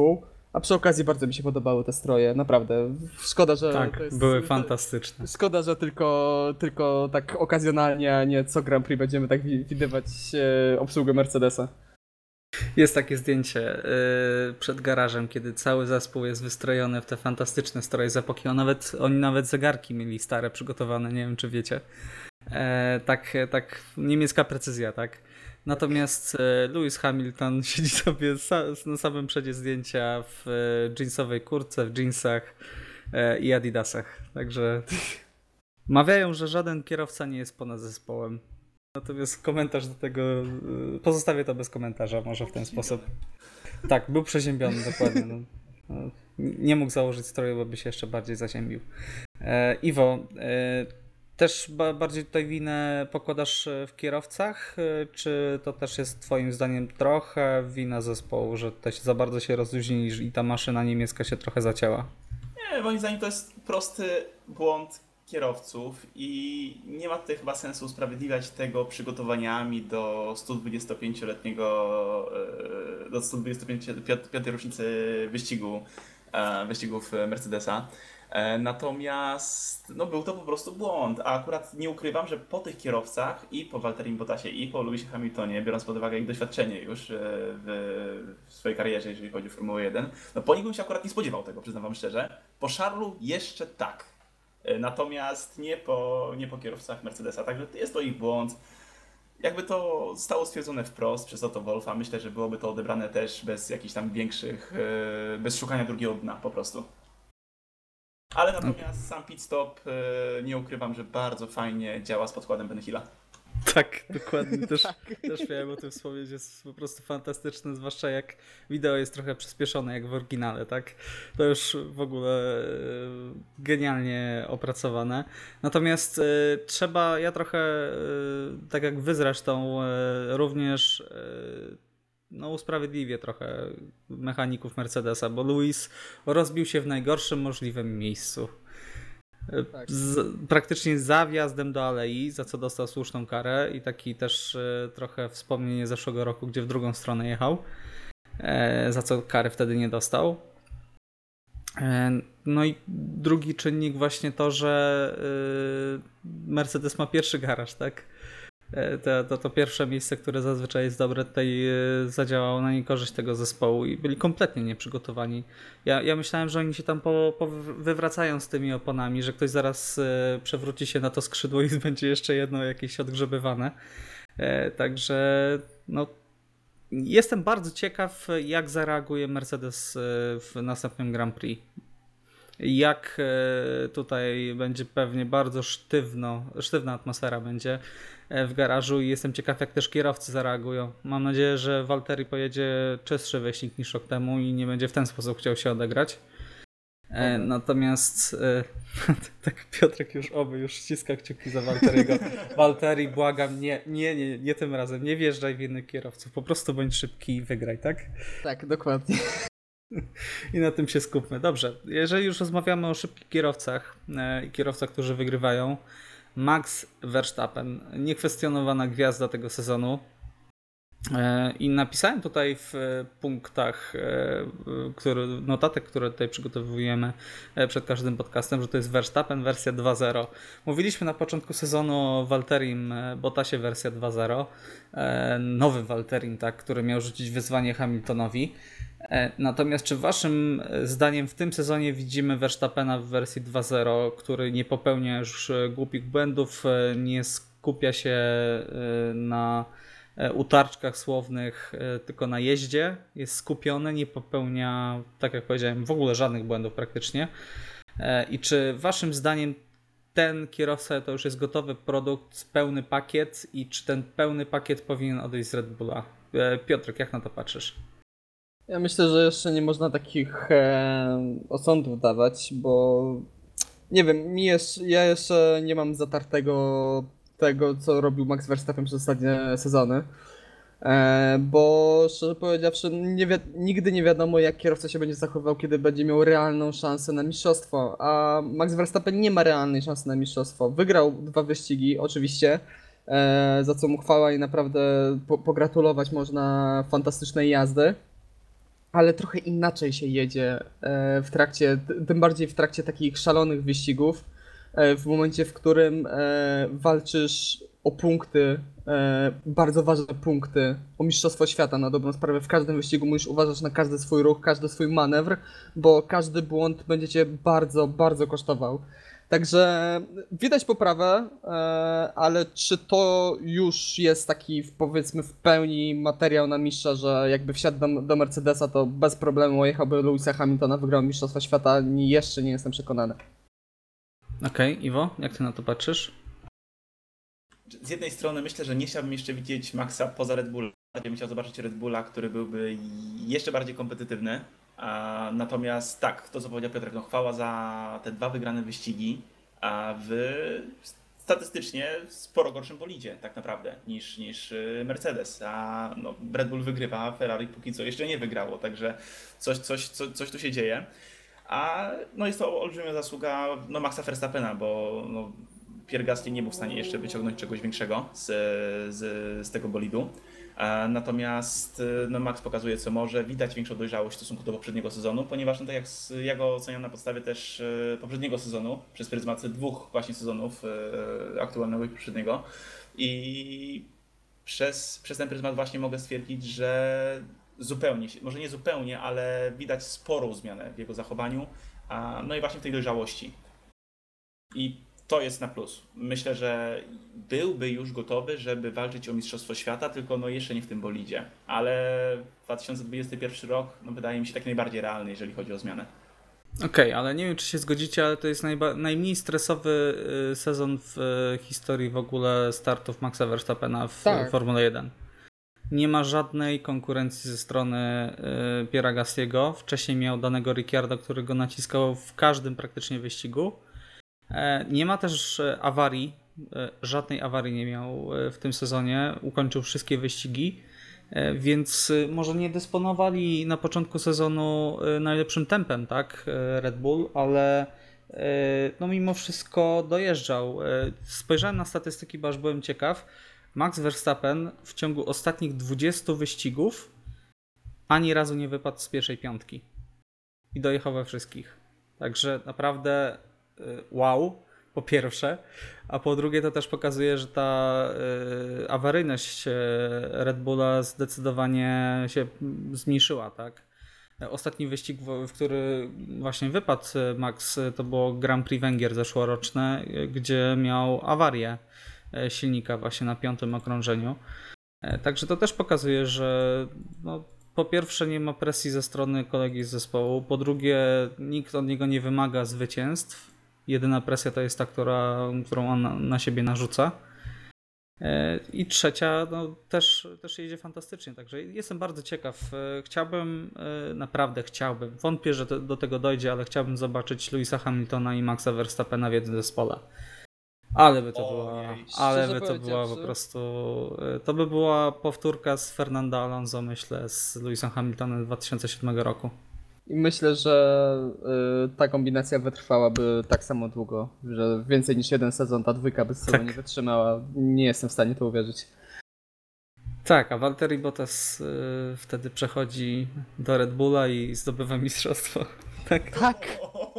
A przy okazji bardzo mi się podobały te stroje, naprawdę. Szkoda, że Tak, to jest, były to- fantastyczne. Szkoda, że tylko, tylko tak okazjonalnie, a nie co Grand Prix będziemy tak wi- widywać e, obsługę Mercedesa. Jest takie zdjęcie yy, przed garażem, kiedy cały zespół jest wystrojony w te fantastyczne stroje z epoki. O, nawet, oni nawet zegarki mieli stare przygotowane, nie wiem czy wiecie. E, tak, tak, niemiecka precyzja, tak. Natomiast e, Lewis Hamilton siedzi sobie sa, na samym przedzie zdjęcia w e, jeansowej kurtce, w jeansach e, i adidasach. Także mawiają, że żaden kierowca nie jest ponad zespołem. Natomiast komentarz do tego, e, pozostawię to bez komentarza, może w ten sposób. Tak, był przeziębiony, dokładnie. No. No, nie mógł założyć stroju, bo by się jeszcze bardziej zaziębił. E, Iwo, e, też ba- bardziej tutaj winę pokładasz e, w kierowcach, e, czy to też jest twoim zdaniem trochę wina zespołu, że tutaj się za bardzo się rozluźnili i ta maszyna niemiecka się trochę zacięła? Nie, moim zdaniem to jest prosty błąd kierowców i nie ma tutaj chyba sensu usprawiedliwiać tego przygotowaniami do sto dwudziestopięcioletniego, e, do sto dwudziestopięciej rocznicy wyścigu, e, wyścigów Mercedesa. E, Natomiast no, był to po prostu błąd, a akurat nie ukrywam, że po tych kierowcach i po Valtterim Bottasie i po Lewisie Hamiltonie, biorąc pod uwagę ich doświadczenie już e, w, w swojej karierze, jeżeli chodzi o Formułę jeden, no po nich bym się akurat nie spodziewał tego, przyznam wam szczerze. Po Charlesu jeszcze tak, E, natomiast nie po, nie po kierowcach Mercedesa, także jest to ich błąd. Jakby to zostało stwierdzone wprost przez Toto Wolffa, myślę, że byłoby to odebrane też bez jakichś tam większych, e, bez szukania drugiego dna po prostu. Ale natomiast sam pit stop, e, nie ukrywam, że bardzo fajnie działa z podkładem Ben Hilla. Tak, dokładnie. Też, też miałem o tym wspomnieć. Jest po prostu fantastyczne, zwłaszcza jak wideo jest trochę przyspieszone, jak w oryginale, tak? To już w ogóle e, genialnie opracowane. Natomiast e, trzeba, ja trochę, e, tak jak wy zresztą, e, również e, no, usprawiedliwię trochę mechaników Mercedesa, bo Lewis rozbił się w najgorszym możliwym miejscu. Tak. Z, praktycznie za wjazdem do alei, za co dostał słuszną karę i taki też e, trochę wspomnienie zeszłego roku, gdzie w drugą stronę jechał, e, za co kary wtedy nie dostał. E, no i drugi czynnik właśnie to, że e, Mercedes ma pierwszy garaż, tak? E, To, to, to pierwsze miejsce, które zazwyczaj jest dobre, tutaj e, zadziałało na niekorzyść tego zespołu i byli kompletnie nieprzygotowani. Ja, ja myślałem, że oni się tam po, po wywracają z tymi oponami, że ktoś zaraz e, przewróci się na to skrzydło i będzie jeszcze jedno jakieś odgrzebywane. E, Także no, jestem bardzo ciekaw, jak zareaguje Mercedes e, w następnym Grand Prix. Jak e, tutaj będzie pewnie bardzo sztywno, sztywna atmosfera będzie e, w garażu i jestem ciekaw, jak też kierowcy zareagują. Mam nadzieję, że Valtteri pojedzie czystszy wyścig niż rok temu i nie będzie w ten sposób chciał się odegrać. E, natomiast e, tak Piotrek już oby już ściska kciuki za Valtteriego. Valtteri, błagam, nie, nie, nie, nie tym razem, nie wjeżdżaj w innych kierowców, po prostu bądź szybki i wygraj, tak? Tak, dokładnie. I na tym się skupmy. Dobrze, jeżeli już rozmawiamy o szybkich kierowcach e, i kierowcach, którzy wygrywają, Max Verstappen, niekwestionowana gwiazda tego sezonu. E, I napisałem tutaj w e, punktach e, który, notatek, które tutaj przygotowujemy e, przed każdym podcastem, że to jest Verstappen wersja dwa zero. Mówiliśmy na początku sezonu o Valtterim e, Bottasie wersja dwa zero. E, Nowy Valtterim, tak, który miał rzucić wyzwanie Hamiltonowi. E, Natomiast czy waszym zdaniem w tym sezonie widzimy Verstappena w wersji dwa zero, który nie popełnia już e, głupich błędów, e, nie skupia się e, na e, utarczkach słownych, e, tylko na jeździe, jest skupiony, nie popełnia, tak jak powiedziałem, w ogóle żadnych błędów praktycznie. E, I czy waszym zdaniem ten kierowca to już jest gotowy produkt, pełny pakiet i czy ten pełny pakiet powinien odejść z Red Bulla? E, Piotrek, jak na to patrzysz? Ja myślę, że jeszcze nie można takich e, osądów dawać, bo nie wiem, mi jeszcze, ja jeszcze nie mam zatartego tego, co robił Max Verstappen przez ostatnie sezony. E, bo szczerze powiedziawszy, nie wi- nigdy nie wiadomo, jak kierowca się będzie zachowywał, kiedy będzie miał realną szansę na mistrzostwo. A Max Verstappen nie ma realnej szansy na mistrzostwo. Wygrał dwa wyścigi, oczywiście, e, za co mu chwała i naprawdę po- pogratulować można fantastycznej jazdy. ale trochę inaczej się jedzie e, w trakcie, t- tym bardziej w trakcie takich szalonych wyścigów, e, w momencie, w którym e, walczysz o punkty, e, bardzo ważne punkty, o Mistrzostwo Świata na dobrą sprawę. W każdym wyścigu musisz uważać na każdy swój ruch, każdy swój manewr, bo każdy błąd będzie cię bardzo, bardzo kosztował. Także widać poprawę, e, ale czy to już jest taki, powiedzmy, w pełni materiał na mistrza, że jakby wsiadł do, do Mercedesa, to bez problemu jechałby Lewisa Hamiltona, wygrał Mistrzostwa Świata? Nie, jeszcze nie jestem przekonany. Okej, okay, Iwo, jak ty na to patrzysz? Z jednej strony myślę, że nie chciałbym jeszcze widzieć Maxa poza Red Bulla. Ja bym chciał zobaczyć Red Bulla, który byłby jeszcze bardziej kompetytywny. A, natomiast tak, to co powiedział Piotrek, no chwała za te dwa wygrane wyścigi, a w statystycznie sporo gorszym bolidzie tak naprawdę niż, niż Mercedes. A no, Red Bull wygrywa, a Ferrari póki co jeszcze nie wygrało, także coś, coś, coś, coś tu się dzieje. A no jest to olbrzymia zasługa no, Maxa Verstappena, bo no, Pierre Gasly nie był w stanie jeszcze wyciągnąć czegoś większego z, z, z tego bolidu. Natomiast no, Max pokazuje co może, widać większą dojrzałość w stosunku do poprzedniego sezonu, ponieważ no, tak jak ja go oceniam na podstawie też poprzedniego sezonu, przez pryzmat dwóch właśnie sezonów aktualnego i poprzedniego. I przez, przez ten pryzmat właśnie mogę stwierdzić, że zupełnie, może nie zupełnie, ale widać sporą zmianę w jego zachowaniu, a, no i właśnie w tej dojrzałości. I to jest na plus. Myślę, że byłby już gotowy, żeby walczyć o Mistrzostwo Świata, tylko no jeszcze nie w tym bolidzie. Ale dwa tysiące dwudziesty pierwszy rok no wydaje mi się tak najbardziej realny, jeżeli chodzi o zmianę. Okej, okay, ale nie wiem, czy się zgodzicie, ale to jest najba- najmniej stresowy sezon w historii w ogóle startów Maxa Verstappena w tak. Formule jeden. Nie ma żadnej konkurencji ze strony y, Pierre'a Gasly'ego. Wcześniej miał danego Ricciardo, który go naciskał w każdym praktycznie wyścigu. E, nie ma też awarii. E, żadnej awarii nie miał w tym sezonie. Ukończył wszystkie wyścigi. E, więc może nie dysponowali na początku sezonu najlepszym tempem, tak, Red Bull, ale e, no mimo wszystko dojeżdżał. E, spojrzałem na statystyki, bo aż byłem ciekaw. Max Verstappen w ciągu ostatnich dwudziestu wyścigów ani razu nie wypadł z pierwszej piątki i dojechał we wszystkich. Także naprawdę wow, po pierwsze, a po drugie to też pokazuje, że ta awaryjność Red Bulla zdecydowanie się zmniejszyła, tak? Ostatni wyścig, w który właśnie wypadł Max, to było Grand Prix Węgier zeszłoroczne, gdzie miał awarię silnika właśnie na piątym okrążeniu. Także to też pokazuje, że no, po pierwsze nie ma presji ze strony kolegi z zespołu, po drugie nikt od niego nie wymaga zwycięstw. Jedyna presja to jest ta, która, którą on na, na siebie narzuca. I trzecia, no, też, też jedzie fantastycznie, także jestem bardzo ciekaw. Chciałbym, naprawdę chciałbym, wątpię, że to, do tego dojdzie, ale chciałbym zobaczyć Lewisa Hamiltona i Maxa Verstappena w jednym zespole. Ale by to była, ale by to była po prostu, to by była powtórka z Fernando Alonso, myślę, z Lewisem Hamiltonem dwa tysiące siódmego roku. I myślę, że y, ta kombinacja wytrwałaby tak samo długo, że więcej niż jeden sezon ta dwójka by z sobą tak nie wytrzymała. Nie jestem w stanie to uwierzyć. Tak, a Valtteri Bottas y, wtedy przechodzi do Red Bulla i zdobywa mistrzostwo. Tak. Tak.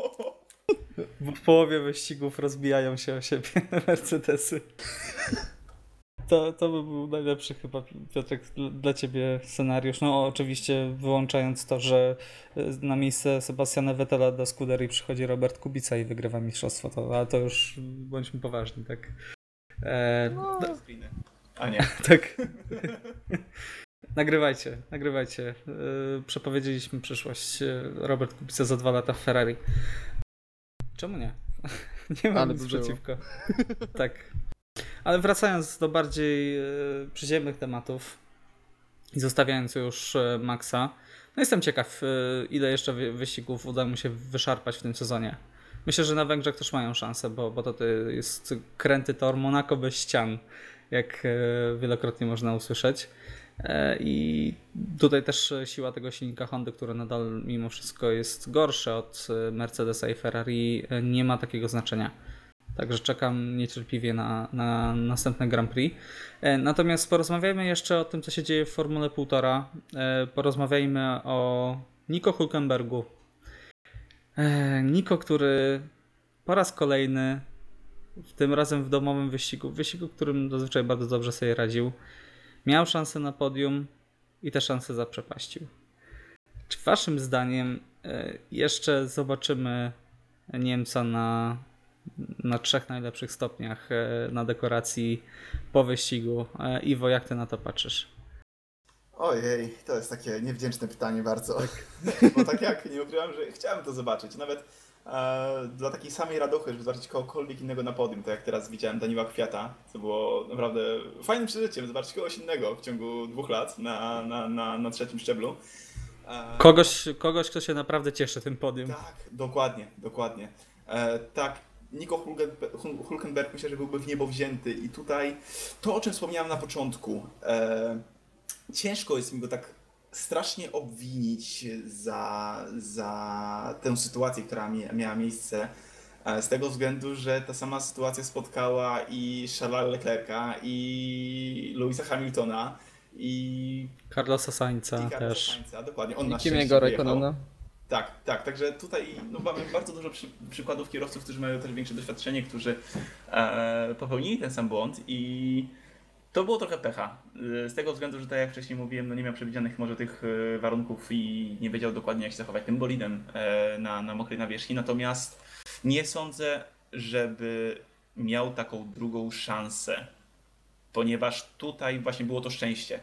Bo w połowie wyścigów rozbijają się o siebie Mercedesy. To, to by był najlepszy chyba, Piotrek, dla ciebie scenariusz. No oczywiście wyłączając to, że na miejsce Sebastiana Vettela do Scuderii przychodzi Robert Kubica i wygrywa mistrzostwo. To, ale to już bądźmy poważni, tak? E, no. do... A nie. Tak. Nagrywajcie, nagrywajcie. E, przepowiedzieliśmy przyszłość Robert Kubica za dwa lata w Ferrari. Czemu nie? Nie mam nic przeciwko. Tak. Ale wracając do bardziej e, przyziemnych tematów i zostawiając już e, Maxa, no jestem ciekaw, e, ile jeszcze wy- wyścigów uda mu się wyszarpać w tym sezonie. Myślę, że na Węgrzech też mają szansę, bo, bo to, to jest kręty tor Monaco bez ścian, jak e, wielokrotnie można usłyszeć. E, I tutaj też siła tego silnika Hondy, który nadal mimo wszystko jest gorszy od Mercedesa i Ferrari, nie ma takiego znaczenia. Także czekam niecierpliwie na, na następne Grand Prix. Natomiast porozmawiajmy jeszcze o tym, co się dzieje w Formule Półtora. Porozmawiajmy o Nico Hülkenbergu. E, Nico, który po raz kolejny, tym razem w domowym wyścigu, w wyścigu, w którym zazwyczaj bardzo dobrze sobie radził, miał szansę na podium i te szanse zaprzepaścił. Czy waszym zdaniem e, jeszcze zobaczymy Niemca na, na trzech najlepszych stopniach e, na dekoracji po wyścigu? E, Iwo, jak ty na to patrzysz? Ojej, to jest takie niewdzięczne pytanie bardzo. Tak. Bo tak jak nie ukrywam, że chciałem to zobaczyć. Nawet e, dla takiej samej radości, żeby zobaczyć kogokolwiek innego na podium, tak jak teraz widziałem Daniela Kwiata, co było naprawdę fajnym przeżyciem, zobaczyć kogoś innego w ciągu dwóch lat na, na, na, na trzecim szczeblu. E, Kogoś, kogoś, kto się naprawdę cieszy tym podium. Tak, dokładnie, dokładnie. E, tak, Nico Hülkenberg, Hülkenberg myślę, że byłby w niebo wzięty i tutaj to, o czym wspomniałem na początku, e, ciężko jest mi go tak strasznie obwinić za, za tę sytuację, która mi, miała miejsce. e, Z tego względu, że ta sama sytuacja spotkała i Charlesa Leclerca, i Louisa Hamiltona, i Carlosa Sainza Carlosa też. Sainza. Dokładnie, on na I szczęście Kimiego wyjechał. Raikkonena. Tak, tak, także tutaj no, mamy bardzo dużo przy, przykładów kierowców, którzy mają też większe doświadczenie, którzy e, popełnili ten sam błąd i to było trochę pecha. E, Z tego względu, że tak jak wcześniej mówiłem, no nie miał przewidzianych może tych e, warunków i nie wiedział dokładnie jak się zachować tym bolidem e, na, na mokrej nawierzchni, natomiast nie sądzę, żeby miał taką drugą szansę, ponieważ tutaj właśnie było to szczęście.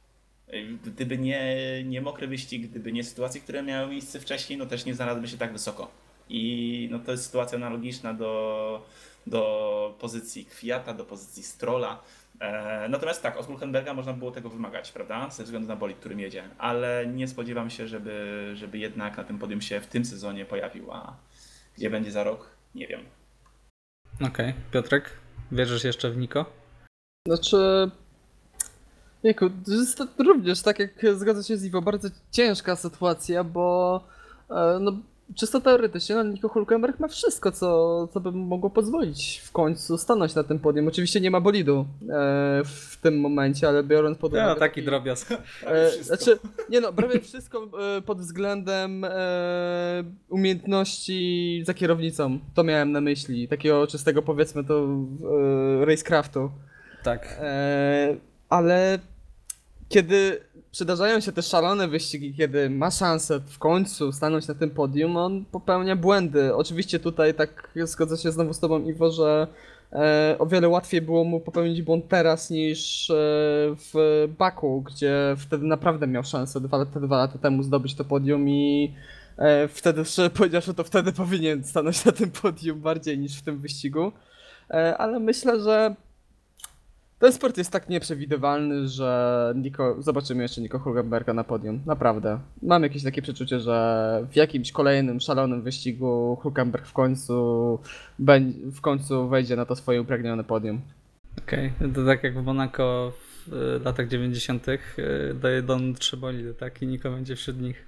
Gdyby nie, nie mokry wyścig, gdyby nie sytuacje, które miały miejsce wcześniej, no też nie znalazłby się tak wysoko. I no to jest sytuacja analogiczna do, do pozycji Kwiata, do pozycji Strolla. E, natomiast tak, od Hülkenberga można było tego wymagać, prawda? Ze względu na bolid, którym jedzie. Ale nie spodziewam się, żeby, żeby jednak na tym podium się w tym sezonie pojawił. A gdzie będzie za rok? Nie wiem. Okej, okay. Piotrek, wierzysz jeszcze w Nico? Znaczy... Jejku, to jest to również, tak jak zgadza się z Iwo, bardzo ciężka sytuacja, bo e, no, czysto teoretycznie no, Nico Hülkenberg ma wszystko, co, co by mu mogło pozwolić w końcu stanąć na tym podium. Oczywiście nie ma bolidu e, w tym momencie, ale biorąc pod uwagę... No, taki drobiazg. E, znaczy, nie no, prawie wszystko e, pod względem e, umiejętności za kierownicą, to miałem na myśli, takiego czystego powiedzmy to e, racecraftu. Tak. E, ale kiedy przydarzają się te szalone wyścigi, kiedy ma szansę w końcu stanąć na tym podium, on popełnia błędy. Oczywiście tutaj tak zgodzę się znowu z tobą, Iwo, że e, o wiele łatwiej było mu popełnić błąd teraz niż e, w Baku, gdzie wtedy naprawdę miał szansę dwa, te dwa lata temu zdobyć to podium i e, wtedy, szczerze powiedziawszy, to wtedy powinien stanąć na tym podium bardziej niż w tym wyścigu. E, ale myślę, że ten sport jest tak nieprzewidywalny, że Nico, zobaczymy jeszcze Nico Hülkenberga na podium. Naprawdę. Mam jakieś takie przeczucie, że w jakimś kolejnym szalonym wyścigu Hülkenberg w końcu w końcu wejdzie na to swoje upragnione podium. Okej, okay. To tak jak w Monako w latach dziewięćdziesiątych dojedą trzy bolidy, tak? I Nico będzie wśród nich.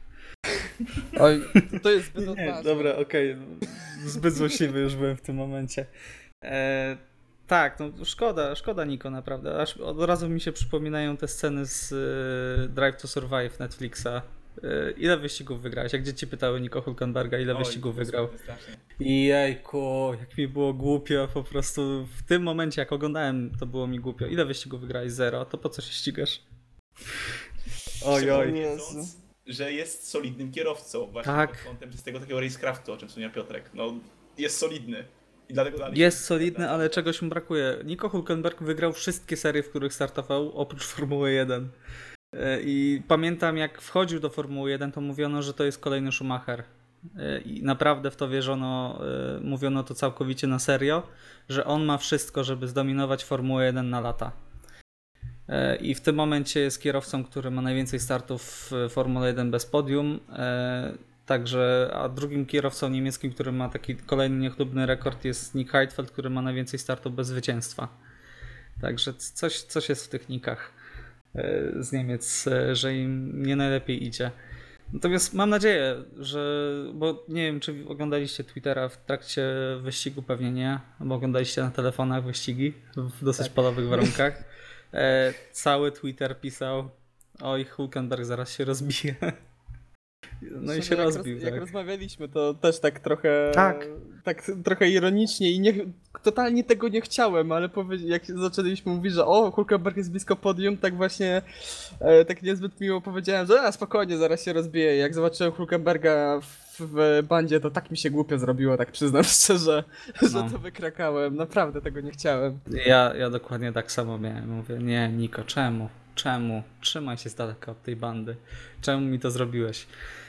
Oj, to jest zbyt Nie, odważne. dobra, okej. Okay. Zbyt złośliwy już byłem w tym momencie. E, tak, no szkoda, szkoda Nico naprawdę. Aż od razu mi się przypominają te sceny z y, Drive to Survive Netflixa. Y, ile wyścigów wygrałeś? Jak dzieci pytały Nico Hülkenberga, ile Oj, wyścigów to wygrał? strasznie. I jejku, jak mi było głupio, po prostu w tym momencie jak oglądałem, to było mi głupio. Ile wyścigów wygrałeś? Zero, to po co się ścigasz? Oj, oj. Wiedząc, że jest solidnym kierowcą właśnie Tak. pod kątem czystego takiego racecraftu, o czym wspomniał Piotrek. No, jest solidny. I dlatego dalej Jest solidny, ale czegoś mu brakuje. Nico Hülkenberg wygrał wszystkie serie, w których startował, oprócz Formuły jeden. I pamiętam, jak wchodził do Formuły jeden, to mówiono, że to jest kolejny Schumacher. I naprawdę w to wierzono, mówiono to całkowicie na serio, że on ma wszystko, żeby zdominować Formułę jeden na lata. I w tym momencie jest kierowcą, który ma najwięcej startów w Formule jeden bez podium. Także, a drugim kierowcą niemieckim, który ma taki kolejny niechlubny rekord, jest Nick Heidfeld, który ma najwięcej startów bez zwycięstwa. Także coś, coś jest w tych nikach z Niemiec, że im nie najlepiej idzie. Natomiast mam nadzieję, że, bo nie wiem, czy oglądaliście Twittera w trakcie wyścigu, pewnie nie, bo oglądaliście na telefonach wyścigi w dosyć tak. polowych warunkach. E, cały Twitter pisał: oj, Hülkenberg zaraz się rozbije. No i się Szczerze, jak rozbił, roz, tak. Jak rozmawialiśmy, to też tak trochę. Tak. Tak trochę ironicznie i nie, totalnie tego nie chciałem, ale powie, jak zaczęliśmy mówić, że o, Hulkenberg jest blisko podium, tak właśnie e, tak niezbyt miło powiedziałem, że a, spokojnie, zaraz się rozbije. Jak zobaczyłem Hulkenberga w, w bandzie, to tak mi się głupio zrobiło, tak przyznam szczerze, No. że to wykrakałem. Naprawdę tego nie chciałem. Ja, ja dokładnie tak samo miałem. Mówię, nie, Niko, czemu? Czemu? Trzymaj się z daleka od tej bandy. Czemu mi to zrobiłeś?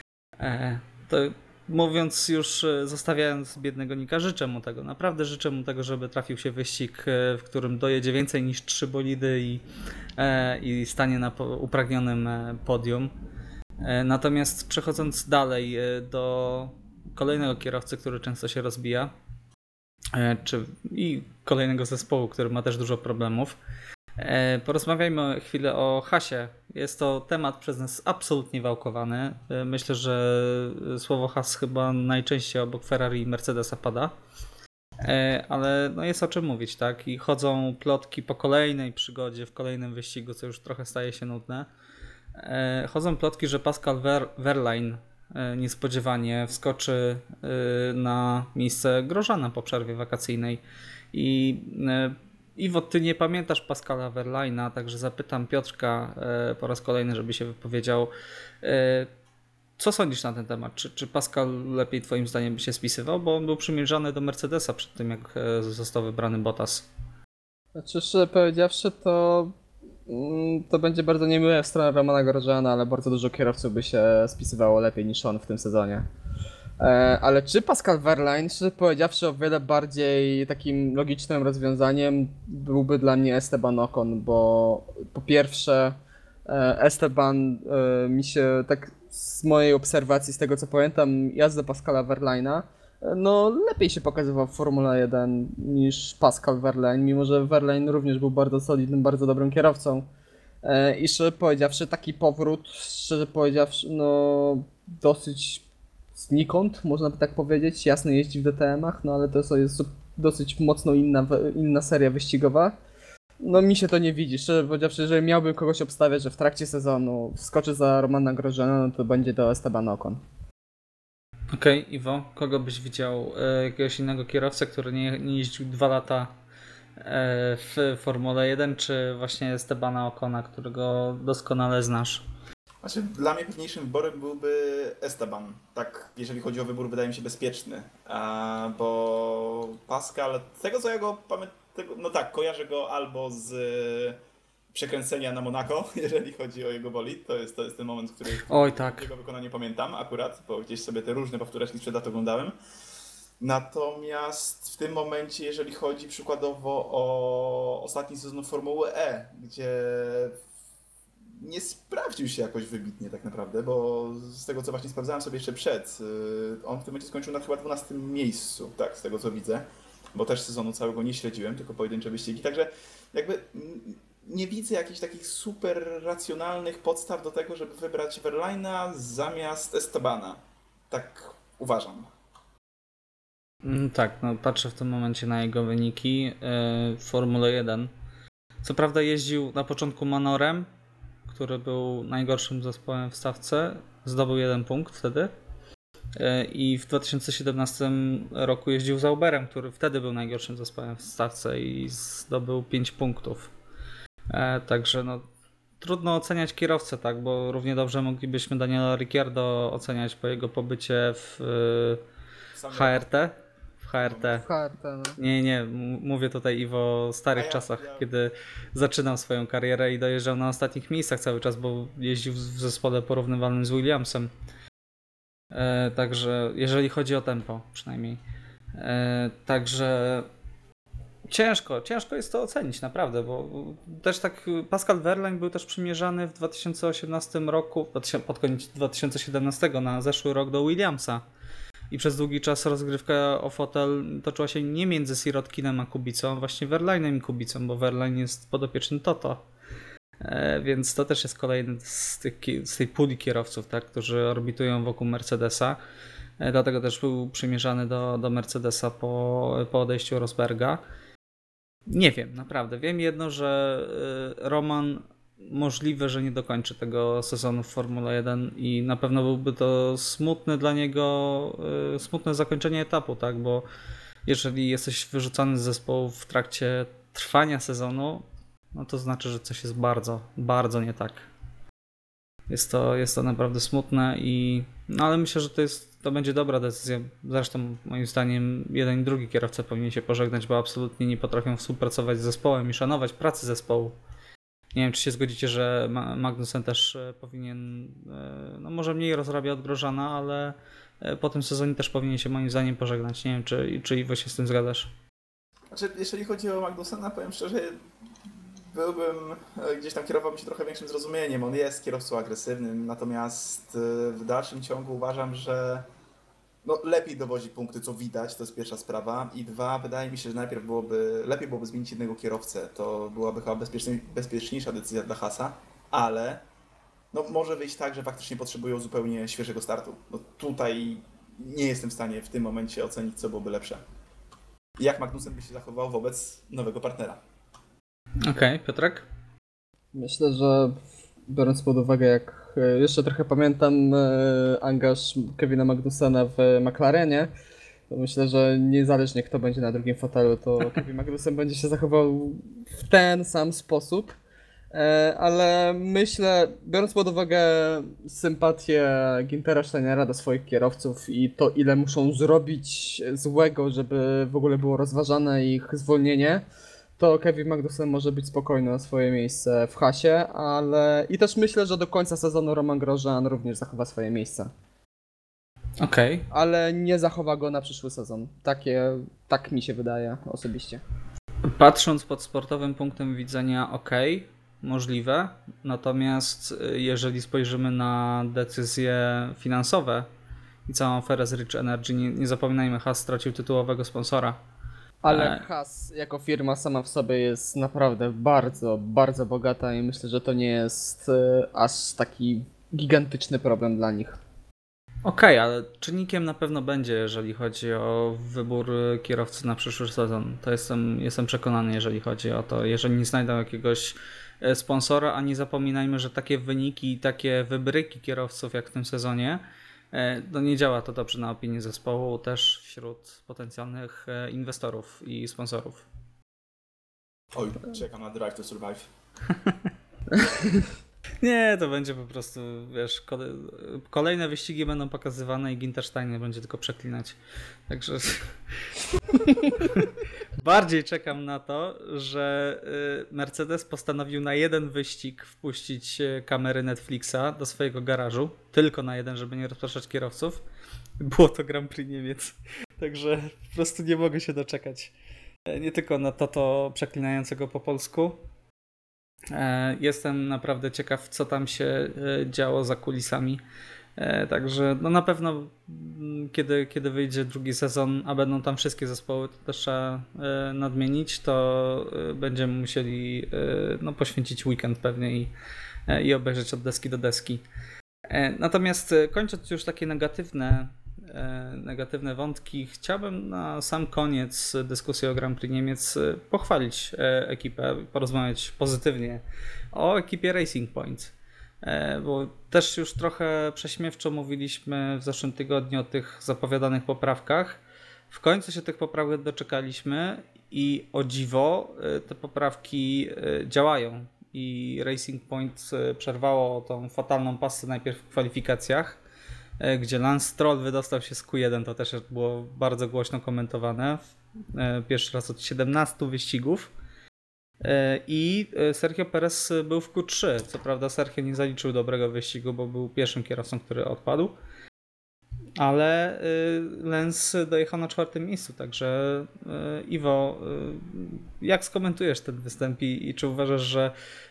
E, to mówiąc już, e, zostawiając biednego Nika, życzę mu tego. Naprawdę życzę mu tego, żeby trafił się wyścig, e, w którym dojedzie więcej niż trzy bolidy i, e, i stanie na po, upragnionym e, podium. E, natomiast przechodząc dalej e, do kolejnego kierowcy, który często się rozbija, e, czy i kolejnego zespołu, który ma też dużo problemów. E, Porozmawiajmy chwilę o Hasie. Jest to temat przez nas absolutnie wałkowany. E, Myślę, że słowo has chyba najczęściej obok Ferrari i Mercedesa pada. E, Ale no jest o czym mówić, tak? I chodzą plotki po kolejnej przygodzie, w kolejnym wyścigu, co już trochę staje się nudne. E, Chodzą plotki, że Pascal Ver- Wehrlein e, niespodziewanie wskoczy e, na miejsce Grosjeana po przerwie wakacyjnej. I e, Iwo, ty nie pamiętasz Pascala Wehrleina, także zapytam Piotrka e, po raz kolejny, żeby się wypowiedział. E, Co sądzisz na ten temat? Czy, czy Pascal lepiej twoim zdaniem by się spisywał? Bo on był przymierzany do Mercedesa przed tym, jak e, został wybrany Bottas. Znaczy, szczerze powiedziawszy, to mm, to będzie bardzo niemiłe w stronę Romana Grosjeana, ale bardzo dużo kierowców by się spisywało lepiej niż on w tym sezonie. E, ale czy Pascal Wehrlein, szczerze powiedziawszy, o wiele bardziej takim logicznym rozwiązaniem byłby dla mnie Esteban Ocon, bo po pierwsze e, Esteban e, mi się tak z mojej obserwacji, z tego co pamiętam, jazdę Pascala Wehrleina, e, no lepiej się pokazywał w Formule jeden niż Pascal Wehrlein, mimo że Wehrlein również był bardzo solidnym, bardzo dobrym kierowcą. E, I szczerze powiedziawszy, taki powrót, szczerze powiedziawszy, no dosyć znikąd, można by tak powiedzieć. Jasno jeździ w D T M-ach, no ale to jest dosyć mocno inna, inna seria wyścigowa. No mi się to nie widzi. Szczerze powiedziawszy, jeżeli miałbym kogoś obstawiać, że w trakcie sezonu wskoczy za Romana Grosjeana, no to będzie to Esteban Ocon. Okej, okay, Iwo, kogo byś widział? E, jakiegoś innego kierowcę, który nie, nie jeździł dwa lata e, w Formule jeden, czy właśnie Estebana Ocona, którego doskonale znasz? Znaczy, dla mnie pewniejszym wyborem byłby Esteban. Tak, jeżeli chodzi o wybór, wydaje mi się bezpieczny. A, bo Pascal, z tego co ja go pamiętam, no tak, kojarzę go albo z przekręcenia na Monaco, jeżeli chodzi o jego bolid. To jest, to jest ten moment, który Oj, tak. jego wykonanie pamiętam akurat, bo gdzieś sobie te różne powtóreczki sprzed lat oglądałem. Natomiast w tym momencie, jeżeli chodzi przykładowo o ostatni sezon Formuły E, gdzie nie sprawdził się jakoś wybitnie tak naprawdę, bo z tego co właśnie sprawdzałem sobie jeszcze przed, on w tym momencie skończył na chyba dwunastym miejscu, tak, z tego co widzę, bo też sezonu całego nie śledziłem, tylko pojedyncze wyścigi, także jakby nie widzę jakichś takich super racjonalnych podstaw do tego, żeby wybrać Wehrleina zamiast Estebana. Tak uważam. Mm, Tak, no patrzę w tym momencie na jego wyniki yy, w Formule jeden. Co prawda jeździł na początku Manorem, który był najgorszym zespołem w stawce, zdobył jeden punkt wtedy. Yy, I w dwa tysiące siedemnastym roku jeździł Zauberem, który wtedy był najgorszym zespołem w stawce i zdobył pięć punktów. Yy, Także no trudno oceniać kierowcę, tak, bo równie dobrze moglibyśmy Daniela Ricciardo oceniać po jego pobycie w yy, H R T. W H R T. W H R T, no. Nie, nie, m- mówię tutaj Iwo o starych A ja- czasach, ja- kiedy zaczynał swoją karierę i dojeżdżał na ostatnich miejscach cały czas, bo jeździł w w zespole porównywalnym z Williamsem. E, także jeżeli chodzi o tempo przynajmniej. E, także ciężko, ciężko jest to ocenić naprawdę, bo też tak Pascal Wehrlein był też przymierzany w dwa tysiące osiemnastym roku, pod koniec dwa tysiące siedemnastego na zeszły rok do Williamsa. I przez długi czas rozgrywka o fotel toczyła się nie między Sirotkinem a Kubicą, a właśnie Wehrleinem i Kubicą, bo Wehrlein jest podopieczny Toto. E, więc to też jest kolejny z, tych, z tej puli kierowców, tak, którzy orbitują wokół Mercedesa. E, dlatego też był przymierzany do, do Mercedesa po, po odejściu Rosberga. Nie wiem, naprawdę. Wiem jedno, że y, Roman możliwe, że nie dokończy tego sezonu w Formule jeden i na pewno byłby to smutne dla niego, y, smutne zakończenie etapu, tak, bo jeżeli jesteś wyrzucany z zespołu w trakcie trwania sezonu, no to znaczy, że coś jest bardzo, bardzo nie tak. Jest to, jest to naprawdę smutne i no ale myślę, że to jest, to będzie dobra decyzja. Zresztą moim zdaniem jeden i drugi kierowca powinien się pożegnać, bo absolutnie nie potrafią współpracować z zespołem i szanować pracy zespołu. Nie wiem, czy się zgodzicie, że Magnussen też powinien, no może mniej rozrabia od Grosjeana, ale po tym sezonie też powinien się moim zdaniem pożegnać. Nie wiem, czy, czy Iwo się z tym zgadzasz? Znaczy, jeżeli chodzi o Magnussena, powiem szczerze, byłbym, gdzieś tam kierowałbym się trochę większym zrozumieniem. On jest kierowcą agresywnym, natomiast w dalszym ciągu uważam, że no, lepiej dowozi punkty, co widać, to jest pierwsza sprawa. I dwa, wydaje mi się, że najpierw byłoby, lepiej byłoby zmienić jednego kierowcę. To byłaby chyba bezpieczniej, bezpieczniejsza decyzja dla Haasa, ale no, może wyjść tak, że faktycznie potrzebują zupełnie świeżego startu. No, tutaj nie jestem w stanie w tym momencie ocenić, co byłoby lepsze. Jak Magnussen by się zachował wobec nowego partnera. Okej, okay, Piotrek? Myślę, że biorąc pod uwagę, jak jeszcze trochę pamiętam angaż Kevina Magnussena w McLarenie, to myślę, że niezależnie kto będzie na drugim fotelu, to Kevin Magnussen będzie się zachował w ten sam sposób. Ale myślę, biorąc pod uwagę sympatię Güntera Steinera do swoich kierowców i to, ile muszą zrobić złego, żeby w ogóle było rozważane ich zwolnienie, to Kevin Magnussen może być spokojny o swoje miejsce w Haasie, ale i też myślę, że do końca sezonu Romain Grosjean również zachowa swoje miejsce. Okej. Okay. Ale nie zachowa go na przyszły sezon. Takie, tak mi się wydaje osobiście. Patrząc pod sportowym punktem widzenia, okej, okay, możliwe. Natomiast jeżeli spojrzymy na decyzje finansowe i całą aferę z Rich Energy, nie, nie zapominajmy, Haas stracił tytułowego sponsora. Ale Haas jako firma sama w sobie jest naprawdę bardzo, bardzo bogata i myślę, że to nie jest aż taki gigantyczny problem dla nich. Okej, okay, ale czynnikiem na pewno będzie, jeżeli chodzi o wybór kierowcy na przyszły sezon. To jestem, jestem przekonany, jeżeli chodzi o to. Jeżeli nie znajdą jakiegoś sponsora, a nie zapominajmy, że takie wyniki i takie wybryki kierowców jak w tym sezonie, no nie działa to dobrze na opinię zespołu, też wśród potencjalnych inwestorów i sponsorów. Oj, czekam na Drive to Survive. Nie, to będzie po prostu, wiesz, kolejne wyścigi będą pokazywane i Günther Steiner będzie tylko przeklinać. Także bardziej czekam na to, że Mercedes postanowił na jeden wyścig wpuścić kamery Netflixa do swojego garażu. Tylko na jeden, żeby nie rozpraszać kierowców. Było to Grand Prix Niemiec. Także po prostu nie mogę się doczekać. Nie tylko na Toto przeklinającego po polsku. Jestem naprawdę ciekaw, co tam się działo za kulisami. Także no na pewno kiedy, kiedy wyjdzie drugi sezon, a będą tam wszystkie zespoły, to też trzeba nadmienić, to będziemy musieli no, poświęcić weekend pewnie i, i obejrzeć od deski do deski. Natomiast kończąc już takie negatywne negatywne wątki, chciałbym na sam koniec dyskusji o Grand Prix Niemiec pochwalić ekipę, porozmawiać pozytywnie o ekipie Racing Point, bo też już trochę prześmiewczo mówiliśmy w zeszłym tygodniu o tych zapowiadanych poprawkach. W końcu się tych poprawek doczekaliśmy i o dziwo te poprawki działają i Racing Point przerwało tą fatalną pasę najpierw w kwalifikacjach, gdzie Lance Stroll wydostał się z Q jeden, to też było bardzo głośno komentowane. Pierwszy raz od siedemnastu wyścigów. I Sergio Perez był w Q trzy. Co prawda Sergio nie zaliczył dobrego wyścigu, bo był pierwszym kierowcą, który odpadł. Ale Lance dojechał na czwartym miejscu, także Iwo, jak skomentujesz ten występ i czy uważasz, że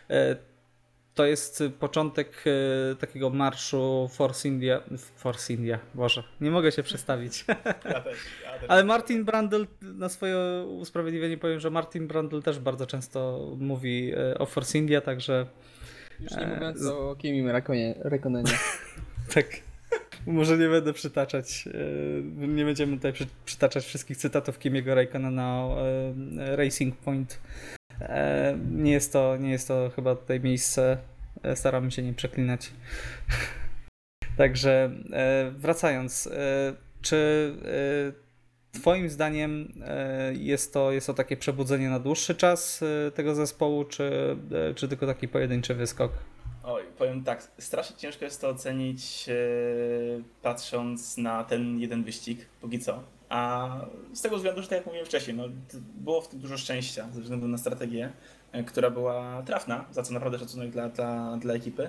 to jest początek takiego marszu Force India. Force India, Boże, nie mogę się przestawić. Ja też, ja też. Ale Martin Brundle, na swoje usprawiedliwienie powiem, że Martin Brundle też bardzo często mówi o Force India, także... Już nie mówiąc z... o Kimi Räikkönenie. Tak, może nie będę przytaczać, nie będziemy tutaj przy, przytaczać wszystkich cytatów Kimiego Räikkönena o Racing Point. E, nie jest to, nie jest to chyba tutaj miejsce. E, staramy się nie przeklinać. Także e, wracając, e, czy e, twoim zdaniem e, jest to, jest to takie przebudzenie na dłuższy czas e, tego zespołu, czy, e, czy tylko taki pojedynczy wyskok? Oj, powiem tak, strasznie ciężko jest to ocenić, e, patrząc na ten jeden wyścig, póki co. A z tego względu, że tak jak mówiłem wcześniej, no, t- było w tym dużo szczęścia ze względu na strategię, e, która była trafna, za co naprawdę szacunek dla, dla, dla ekipy.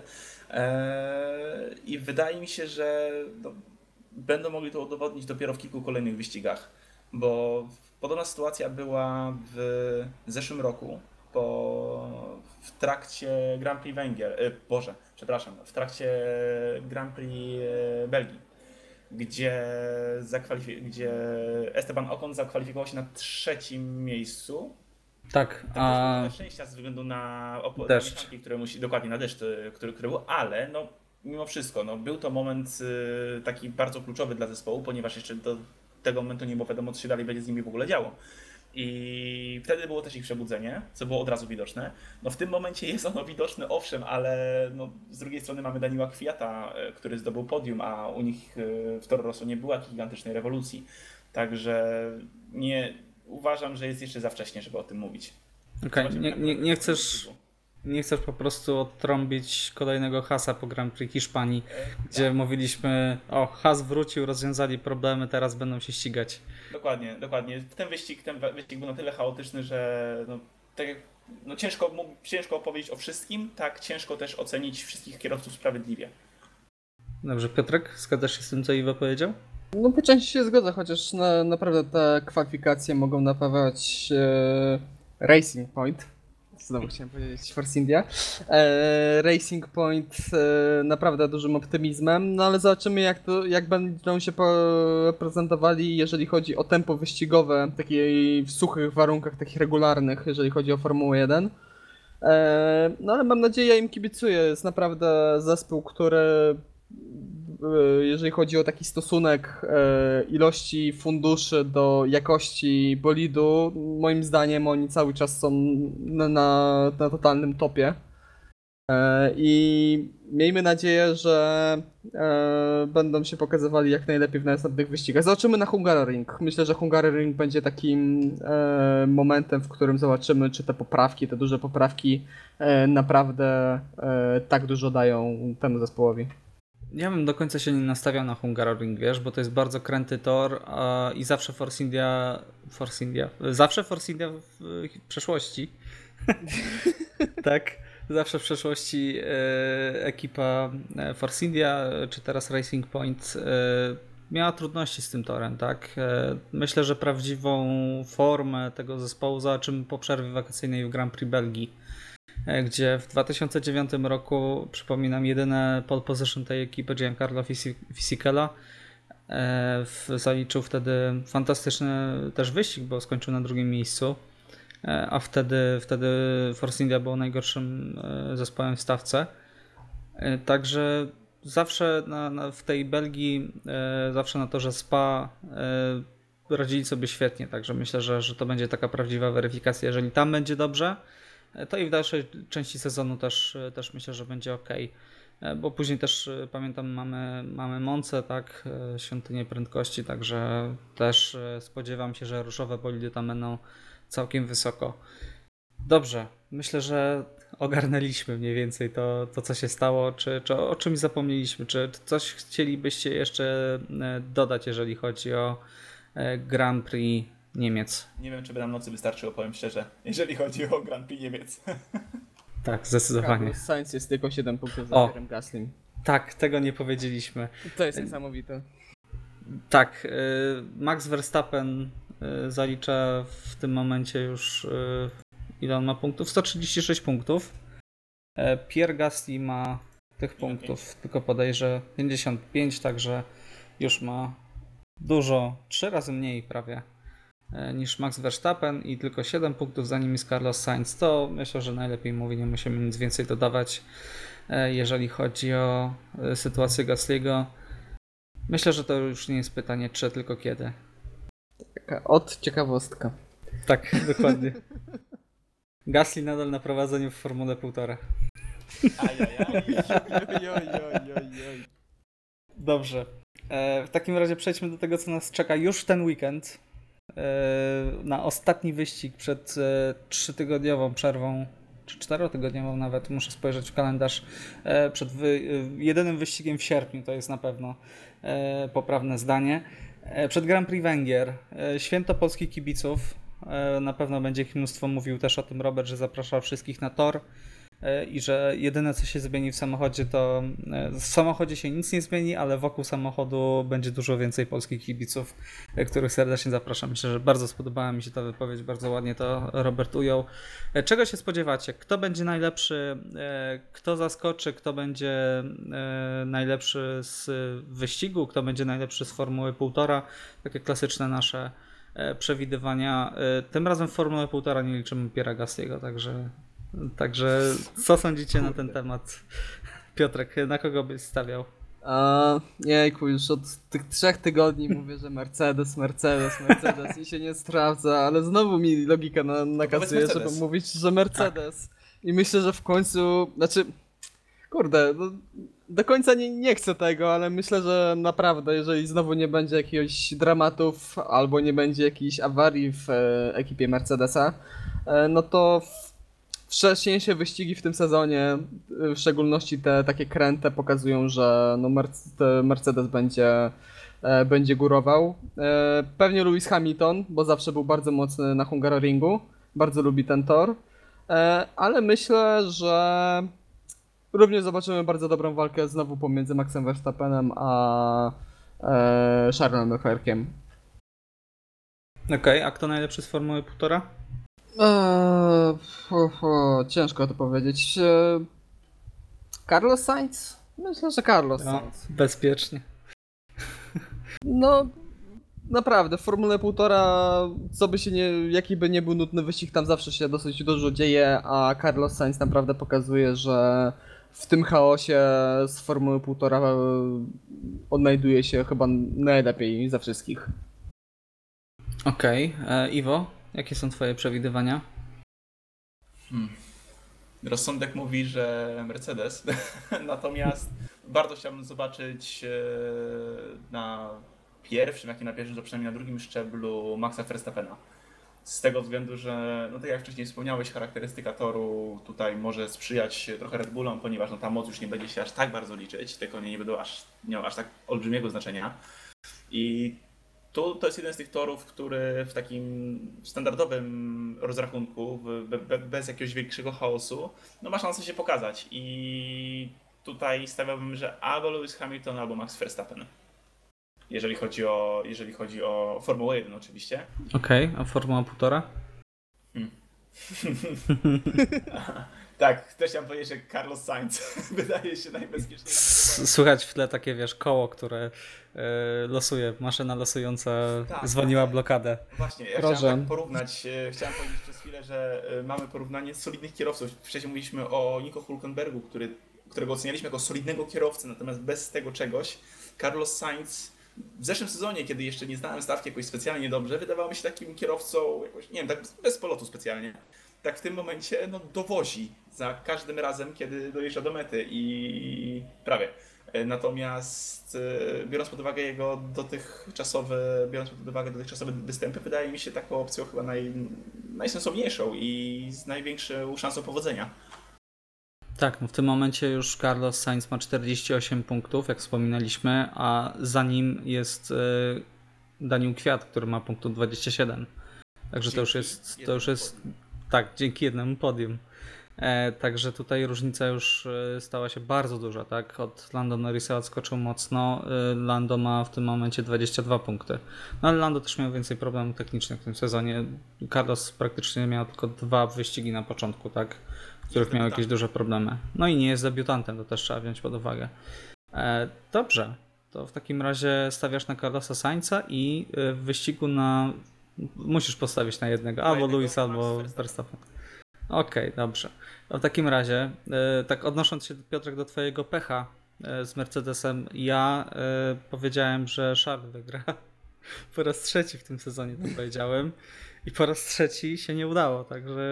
E, I wydaje mi się, że no, będą mogli to udowodnić dopiero w kilku kolejnych wyścigach, bo podobna sytuacja była w zeszłym roku, po, w trakcie Grand Prix Węgier, e, Boże, przepraszam, w trakcie Grand Prix e, Belgii, gdzie, zakwalifik- gdzie Esteban Ocon zakwalifikował się na trzecim miejscu. Tak, Tam też a było trochę szczęścia ze względu na, opo- na Deszcz. mieszanki, które musi, dokładnie na deszcz, y, który, który był, ale no, mimo wszystko, no, był to moment y, taki bardzo kluczowy dla zespołu, ponieważ jeszcze do tego momentu nie było wiadomo, co się dalej będzie z nimi w ogóle działo. I wtedy było też ich przebudzenie, co było od razu widoczne. No w tym momencie jest ono widoczne, owszem, ale no, z drugiej strony mamy Daniela Kwiata, y, który zdobył podium, a u nich y, w Toro Rosso nie było jakiejś gigantycznej rewolucji. Także nie uważam, że jest jeszcze za wcześnie, żeby o tym mówić. okej, Zobaczymy, nie, jak nie, to nie będzie chcesz... wyglądało. Nie chcesz po prostu odtrąbić kolejnego hasa po Grand Prix Hiszpanii, gdzie tak. mówiliśmy, o, has wrócił, rozwiązali problemy, teraz będą się ścigać. Dokładnie, dokładnie. Ten wyścig, ten wyścig był na tyle chaotyczny, że no, tak jak, no ciężko, mógł- ciężko opowiedzieć o wszystkim, tak ciężko też ocenić wszystkich kierowców sprawiedliwie. Dobrze, Piotrek, zgadzasz się z tym, co Iwo powiedział? No po części się zgodzę, chociaż na, naprawdę te kwalifikacje mogą napawać e, Racing Point. Znowu chciałem powiedzieć Force India. E, Racing Point e, naprawdę dużym optymizmem, no ale zobaczymy jak, to, jak będą się po- prezentowali, jeżeli chodzi o tempo wyścigowe, takiej w suchych warunkach, takich regularnych, jeżeli chodzi o Formułę jeden. E, no ale mam nadzieję, ja im kibicuję. Jest naprawdę zespół, który e, jeżeli chodzi o taki stosunek e, ilości funduszy do jakości bolidu, moim zdaniem oni cały czas są na, na, na totalnym topie. E, I miejmy nadzieję, że e, będą się pokazywali jak najlepiej w następnych wyścigach. Zobaczymy na Hungaroring. Myślę, że Hungaroring będzie takim e, momentem, w którym zobaczymy, czy te poprawki, te duże poprawki e, naprawdę e, tak dużo dają temu zespołowi. Ja bym do końca się nie nastawiał na Hungaroring, wiesz, bo to jest bardzo kręty tor a, i zawsze Force India, Force India, zawsze Force India w, w przeszłości, tak, zawsze w przeszłości e, ekipa e, Force India, e, czy teraz Racing Point e, miała trudności z tym torem, tak. E, myślę, że prawdziwą formę tego zespołu zobaczymy po przerwie wakacyjnej w Grand Prix Belgii, e, gdzie w dwa tysiące dziewiątym roku, przypominam, jedyne pole position tej ekipy Giancarlo Fisi- Fisichella e, w, zaliczył wtedy fantastyczny też wyścig, bo skończył na drugim miejscu, e, a wtedy, wtedy Force India było najgorszym e, zespołem w stawce. E, Także zawsze na, na, w tej Belgii, e, zawsze na torze Spa e, radzili sobie świetnie, także myślę, że, że to będzie taka prawdziwa weryfikacja. Jeżeli tam będzie dobrze, e, to i w dalszej części sezonu też, e, też myślę, że będzie ok. E, Bo później też e, pamiętam, mamy, mamy Monce, tak, e, świątynię prędkości, także też e, spodziewam się, że różowe bolidy tam będą całkiem wysoko. Dobrze, myślę, że ogarnęliśmy mniej więcej to, to co się stało, czy, czy o czymś zapomnieliśmy, czy coś chcielibyście jeszcze e, dodać, jeżeli chodzi o e, Grand Prix Niemiec? Nie wiem, czy by nam nocy wystarczyło, powiem szczerze, jeżeli chodzi o Grand Prix Niemiec. Tak, zdecydowanie. Carlos Sainz jest tylko siedem punktów za O. Pierrem Gasly'm. Tak, tego nie powiedzieliśmy. To jest niesamowite. Tak, y, Max Verstappen y, zalicza w tym momencie już y, ile on ma punktów? sto trzydzieści sześć punktów. E, Pierre Gasly ma tych punktów, tylko podejrzę pięćdziesiąt pięć, także już ma dużo, trzy razy mniej prawie e, niż Max Verstappen i tylko siedem punktów, za nim jest Carlos Sainz. To myślę, że najlepiej mówi, nie musimy nic więcej dodawać, e, jeżeli chodzi o e, sytuację Gasly'ego. Myślę, że to już nie jest pytanie czy, tylko kiedy. Taka od ciekawostka. Tak, dokładnie. Gasly nadal na prowadzeniu w Formule półtora. Ajajaj. Oj, oj, oj, oj, oj. Dobrze. E, w takim razie przejdźmy do tego, co nas czeka już ten weekend. E, na ostatni wyścig przed e, trzytygodniową przerwą, czy czterotygodniową nawet, muszę spojrzeć w kalendarz, e, przed wy, e, jedynym wyścigiem w sierpniu, to jest na pewno e, poprawne zdanie. E, przed Grand Prix Węgier, e, święto polskich kibiców. E, na pewno będzie ich mnóstwo, mówił też o tym Robert, że zapraszał wszystkich na tor. I że jedyne co się zmieni w samochodzie to w samochodzie się nic nie zmieni, ale wokół samochodu będzie dużo więcej polskich kibiców, których serdecznie zapraszam. Myślę, że bardzo spodobała mi się ta wypowiedź, bardzo ładnie to Robert ujął. Czego się spodziewacie? Kto będzie najlepszy? Kto zaskoczy? Kto będzie najlepszy z wyścigu? Kto będzie najlepszy z Formuły półtora? Takie klasyczne nasze przewidywania. Tym razem w Formułę półtora nie liczymy Pierre'a Gasly'ego, także Także co sądzicie na ten temat? Piotrek, na kogo byś stawiał? A, jejku, już od tych trzech tygodni mówię, że Mercedes, Mercedes, Mercedes i się nie sprawdza, ale znowu mi logika na, nakazuje, żeby Mercedes. mówić, że Mercedes. I myślę, że w końcu, znaczy, kurde, no, do końca nie, nie chcę tego, ale myślę, że naprawdę, jeżeli znowu nie będzie jakiegoś dramatów albo nie będzie jakiejś awarii w e, ekipie Mercedesa, e, no to w, wcześniejsze wyścigi w tym sezonie, w szczególności te takie kręte, pokazują, że no Merc- Mercedes będzie, e, będzie górował. E, pewnie Lewis Hamilton, bo zawsze był bardzo mocny na Hungaroringu, bardzo lubi ten tor, e, ale myślę, że również zobaczymy bardzo dobrą walkę znowu pomiędzy Maxem Verstappenem a e, Charlesem Leclerciem. Okej, okay, a kto najlepszy z Formuły półtora? Eee, fu, fu, ciężko to powiedzieć. Eee, Carlos Sainz? Myślę, że Carlos No, Sainz. bezpiecznie. No, naprawdę, w Formule półtora, co by się nie, jaki by nie był nudny wyścig, tam zawsze się dosyć dużo dzieje, a Carlos Sainz naprawdę pokazuje, że w tym chaosie z Formuły półtora odnajduje się chyba najlepiej ze wszystkich. Okej, okay. Iwo, jakie są twoje przewidywania? Hmm. Rozsądek mówi, że Mercedes, natomiast bardzo chciałbym zobaczyć e, na pierwszym, jak i na pierwszym, to przynajmniej na drugim szczeblu Maxa Verstappena. Z tego względu, że, no tak jak wcześniej wspomniałeś, charakterystyka toru tutaj może sprzyjać trochę Red Bullom, ponieważ no, ta moc już nie będzie się aż tak bardzo liczyć, te konie nie będą aż, nie miały aż tak olbrzymiego znaczenia. I tu to jest jeden z tych torów, który w takim standardowym rozrachunku, be, be, bez jakiegoś większego chaosu, no ma szansę się pokazać. I tutaj stawiałbym, że albo Lewis Hamilton, albo Max Verstappen. Jeżeli chodzi o, jeżeli chodzi o Formułę jeden oczywiście. Okej, okay, a Formuła półtora? Hmm. Tak, też chciałem powiedzieć, że Carlos Sainz wydaje się najbezpieczniejszy. Słychać w tle takie, wiesz, koło, które y, losuje, maszyna losująca tak, zwolniła tak. blokadę. Właśnie, ja Proszę. chciałem tak porównać, e, chciałem powiedzieć przez chwilę, że e, mamy porównanie solidnych kierowców. Wcześniej mówiliśmy o Nico Hülkenbergu, który, którego ocenialiśmy jako solidnego kierowcę, natomiast bez tego czegoś Carlos Sainz w zeszłym sezonie, kiedy jeszcze nie znałem stawki jakoś specjalnie dobrze, wydawał mi się takim kierowcą, jakoś, nie wiem, tak bez polotu specjalnie. Tak w tym momencie no, dowozi za każdym razem, kiedy dojeżdża do mety i prawie. Natomiast biorąc pod uwagę jego dotychczasowe, biorąc pod uwagę dotychczasowe występy, wydaje mi się taką opcją chyba naj, najsensowniejszą i z największą szansą powodzenia. Tak, no w tym momencie już Carlos Sainz ma czterdzieści osiem punktów, jak wspominaliśmy, a za nim jest y, Daniel Kwiat, który ma punktów dwadzieścia siedem. Także to już jest, to już jest, tak, dzięki jednemu podium. E, także tutaj różnica już e, stała się bardzo duża, tak? Od Lando Norrisa odskoczył mocno, e, Lando ma w tym momencie dwadzieścia dwa punkty. No ale Lando też miał więcej problemów technicznych w tym sezonie. Carlos praktycznie miał tylko dwa wyścigi na początku, tak? W których miał jakieś duże problemy. No i nie jest debiutantem, to też trzeba wziąć pod uwagę. E, dobrze, to w takim razie stawiasz na Carlosa Sainza i e, w wyścigu na... Musisz postawić na jednego, albo jednego, Lewis, albo Verstappen. Okej, okay, dobrze. No w takim razie, yy, tak odnosząc się, Piotrek, do twojego pecha yy, z Mercedesem, ja yy, powiedziałem, że Charles wygra. Po raz trzeci w tym sezonie to powiedziałem i po raz trzeci się nie udało, także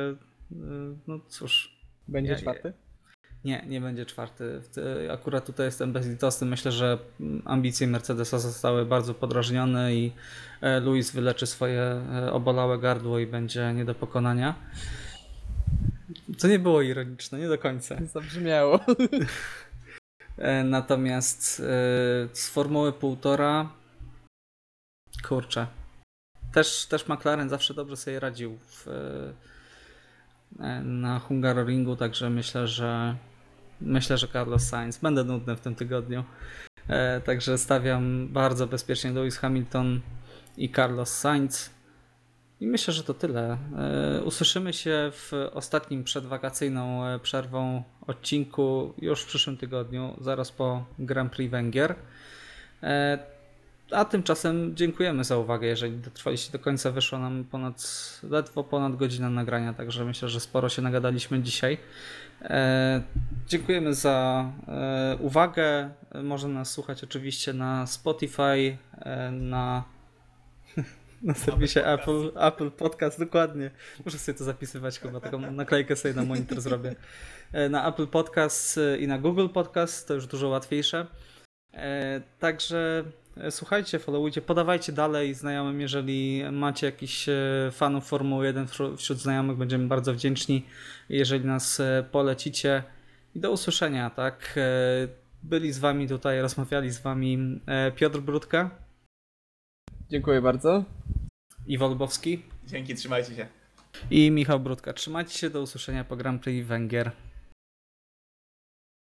no cóż. Będzie Ja- czwarty? Nie, nie będzie czwarty. Ty- Akurat tutaj jestem bezlitosny. Myślę, że ambicje Mercedesa zostały bardzo podrażnione i e, Lewis wyleczy swoje e, obolałe gardło i będzie nie do pokonania. To nie było ironiczne, nie do końca. Zabrzmiało. E, Natomiast e, z Formuły półtora, kurczę, też, też McLaren zawsze dobrze sobie radził w, e, na Hungaroringu, także myślę, że myślę, że Carlos Sainz. Będę nudny w tym tygodniu, e, także stawiam bardzo bezpiecznie Lewis Hamilton i Carlos Sainz. I myślę, że to tyle. E, Usłyszymy się w ostatnim przedwakacyjną e, przerwą odcinku już w przyszłym tygodniu, zaraz po Grand Prix Węgier. E, A tymczasem dziękujemy za uwagę. Jeżeli dotrwaliście do końca, wyszło nam ponad, ledwo ponad godzina nagrania, także myślę, że sporo się nagadaliśmy dzisiaj. E, Dziękujemy za e, uwagę. Można nas słuchać oczywiście na Spotify, e, na na serwisie Apple, Apple Podcast, dokładnie. Muszę sobie to zapisywać chyba, taką naklejkę sobie na monitor zrobię. E, Na Apple Podcast e, i na Google Podcast, to już dużo łatwiejsze. E, Także e, słuchajcie, followujcie, podawajcie dalej znajomym, jeżeli macie jakichś e, fanów Formuły jeden wśród wśród znajomych, będziemy bardzo wdzięczni, jeżeli nas e, polecicie. I do usłyszenia, tak? E, Byli z wami tutaj, rozmawiali z wami e, Piotr Brudka, Dziękuję bardzo. Iwo Lubowski Dzięki, trzymajcie się. i Michał Brudka. Trzymajcie się, do usłyszenia po Grand Prix Węgier.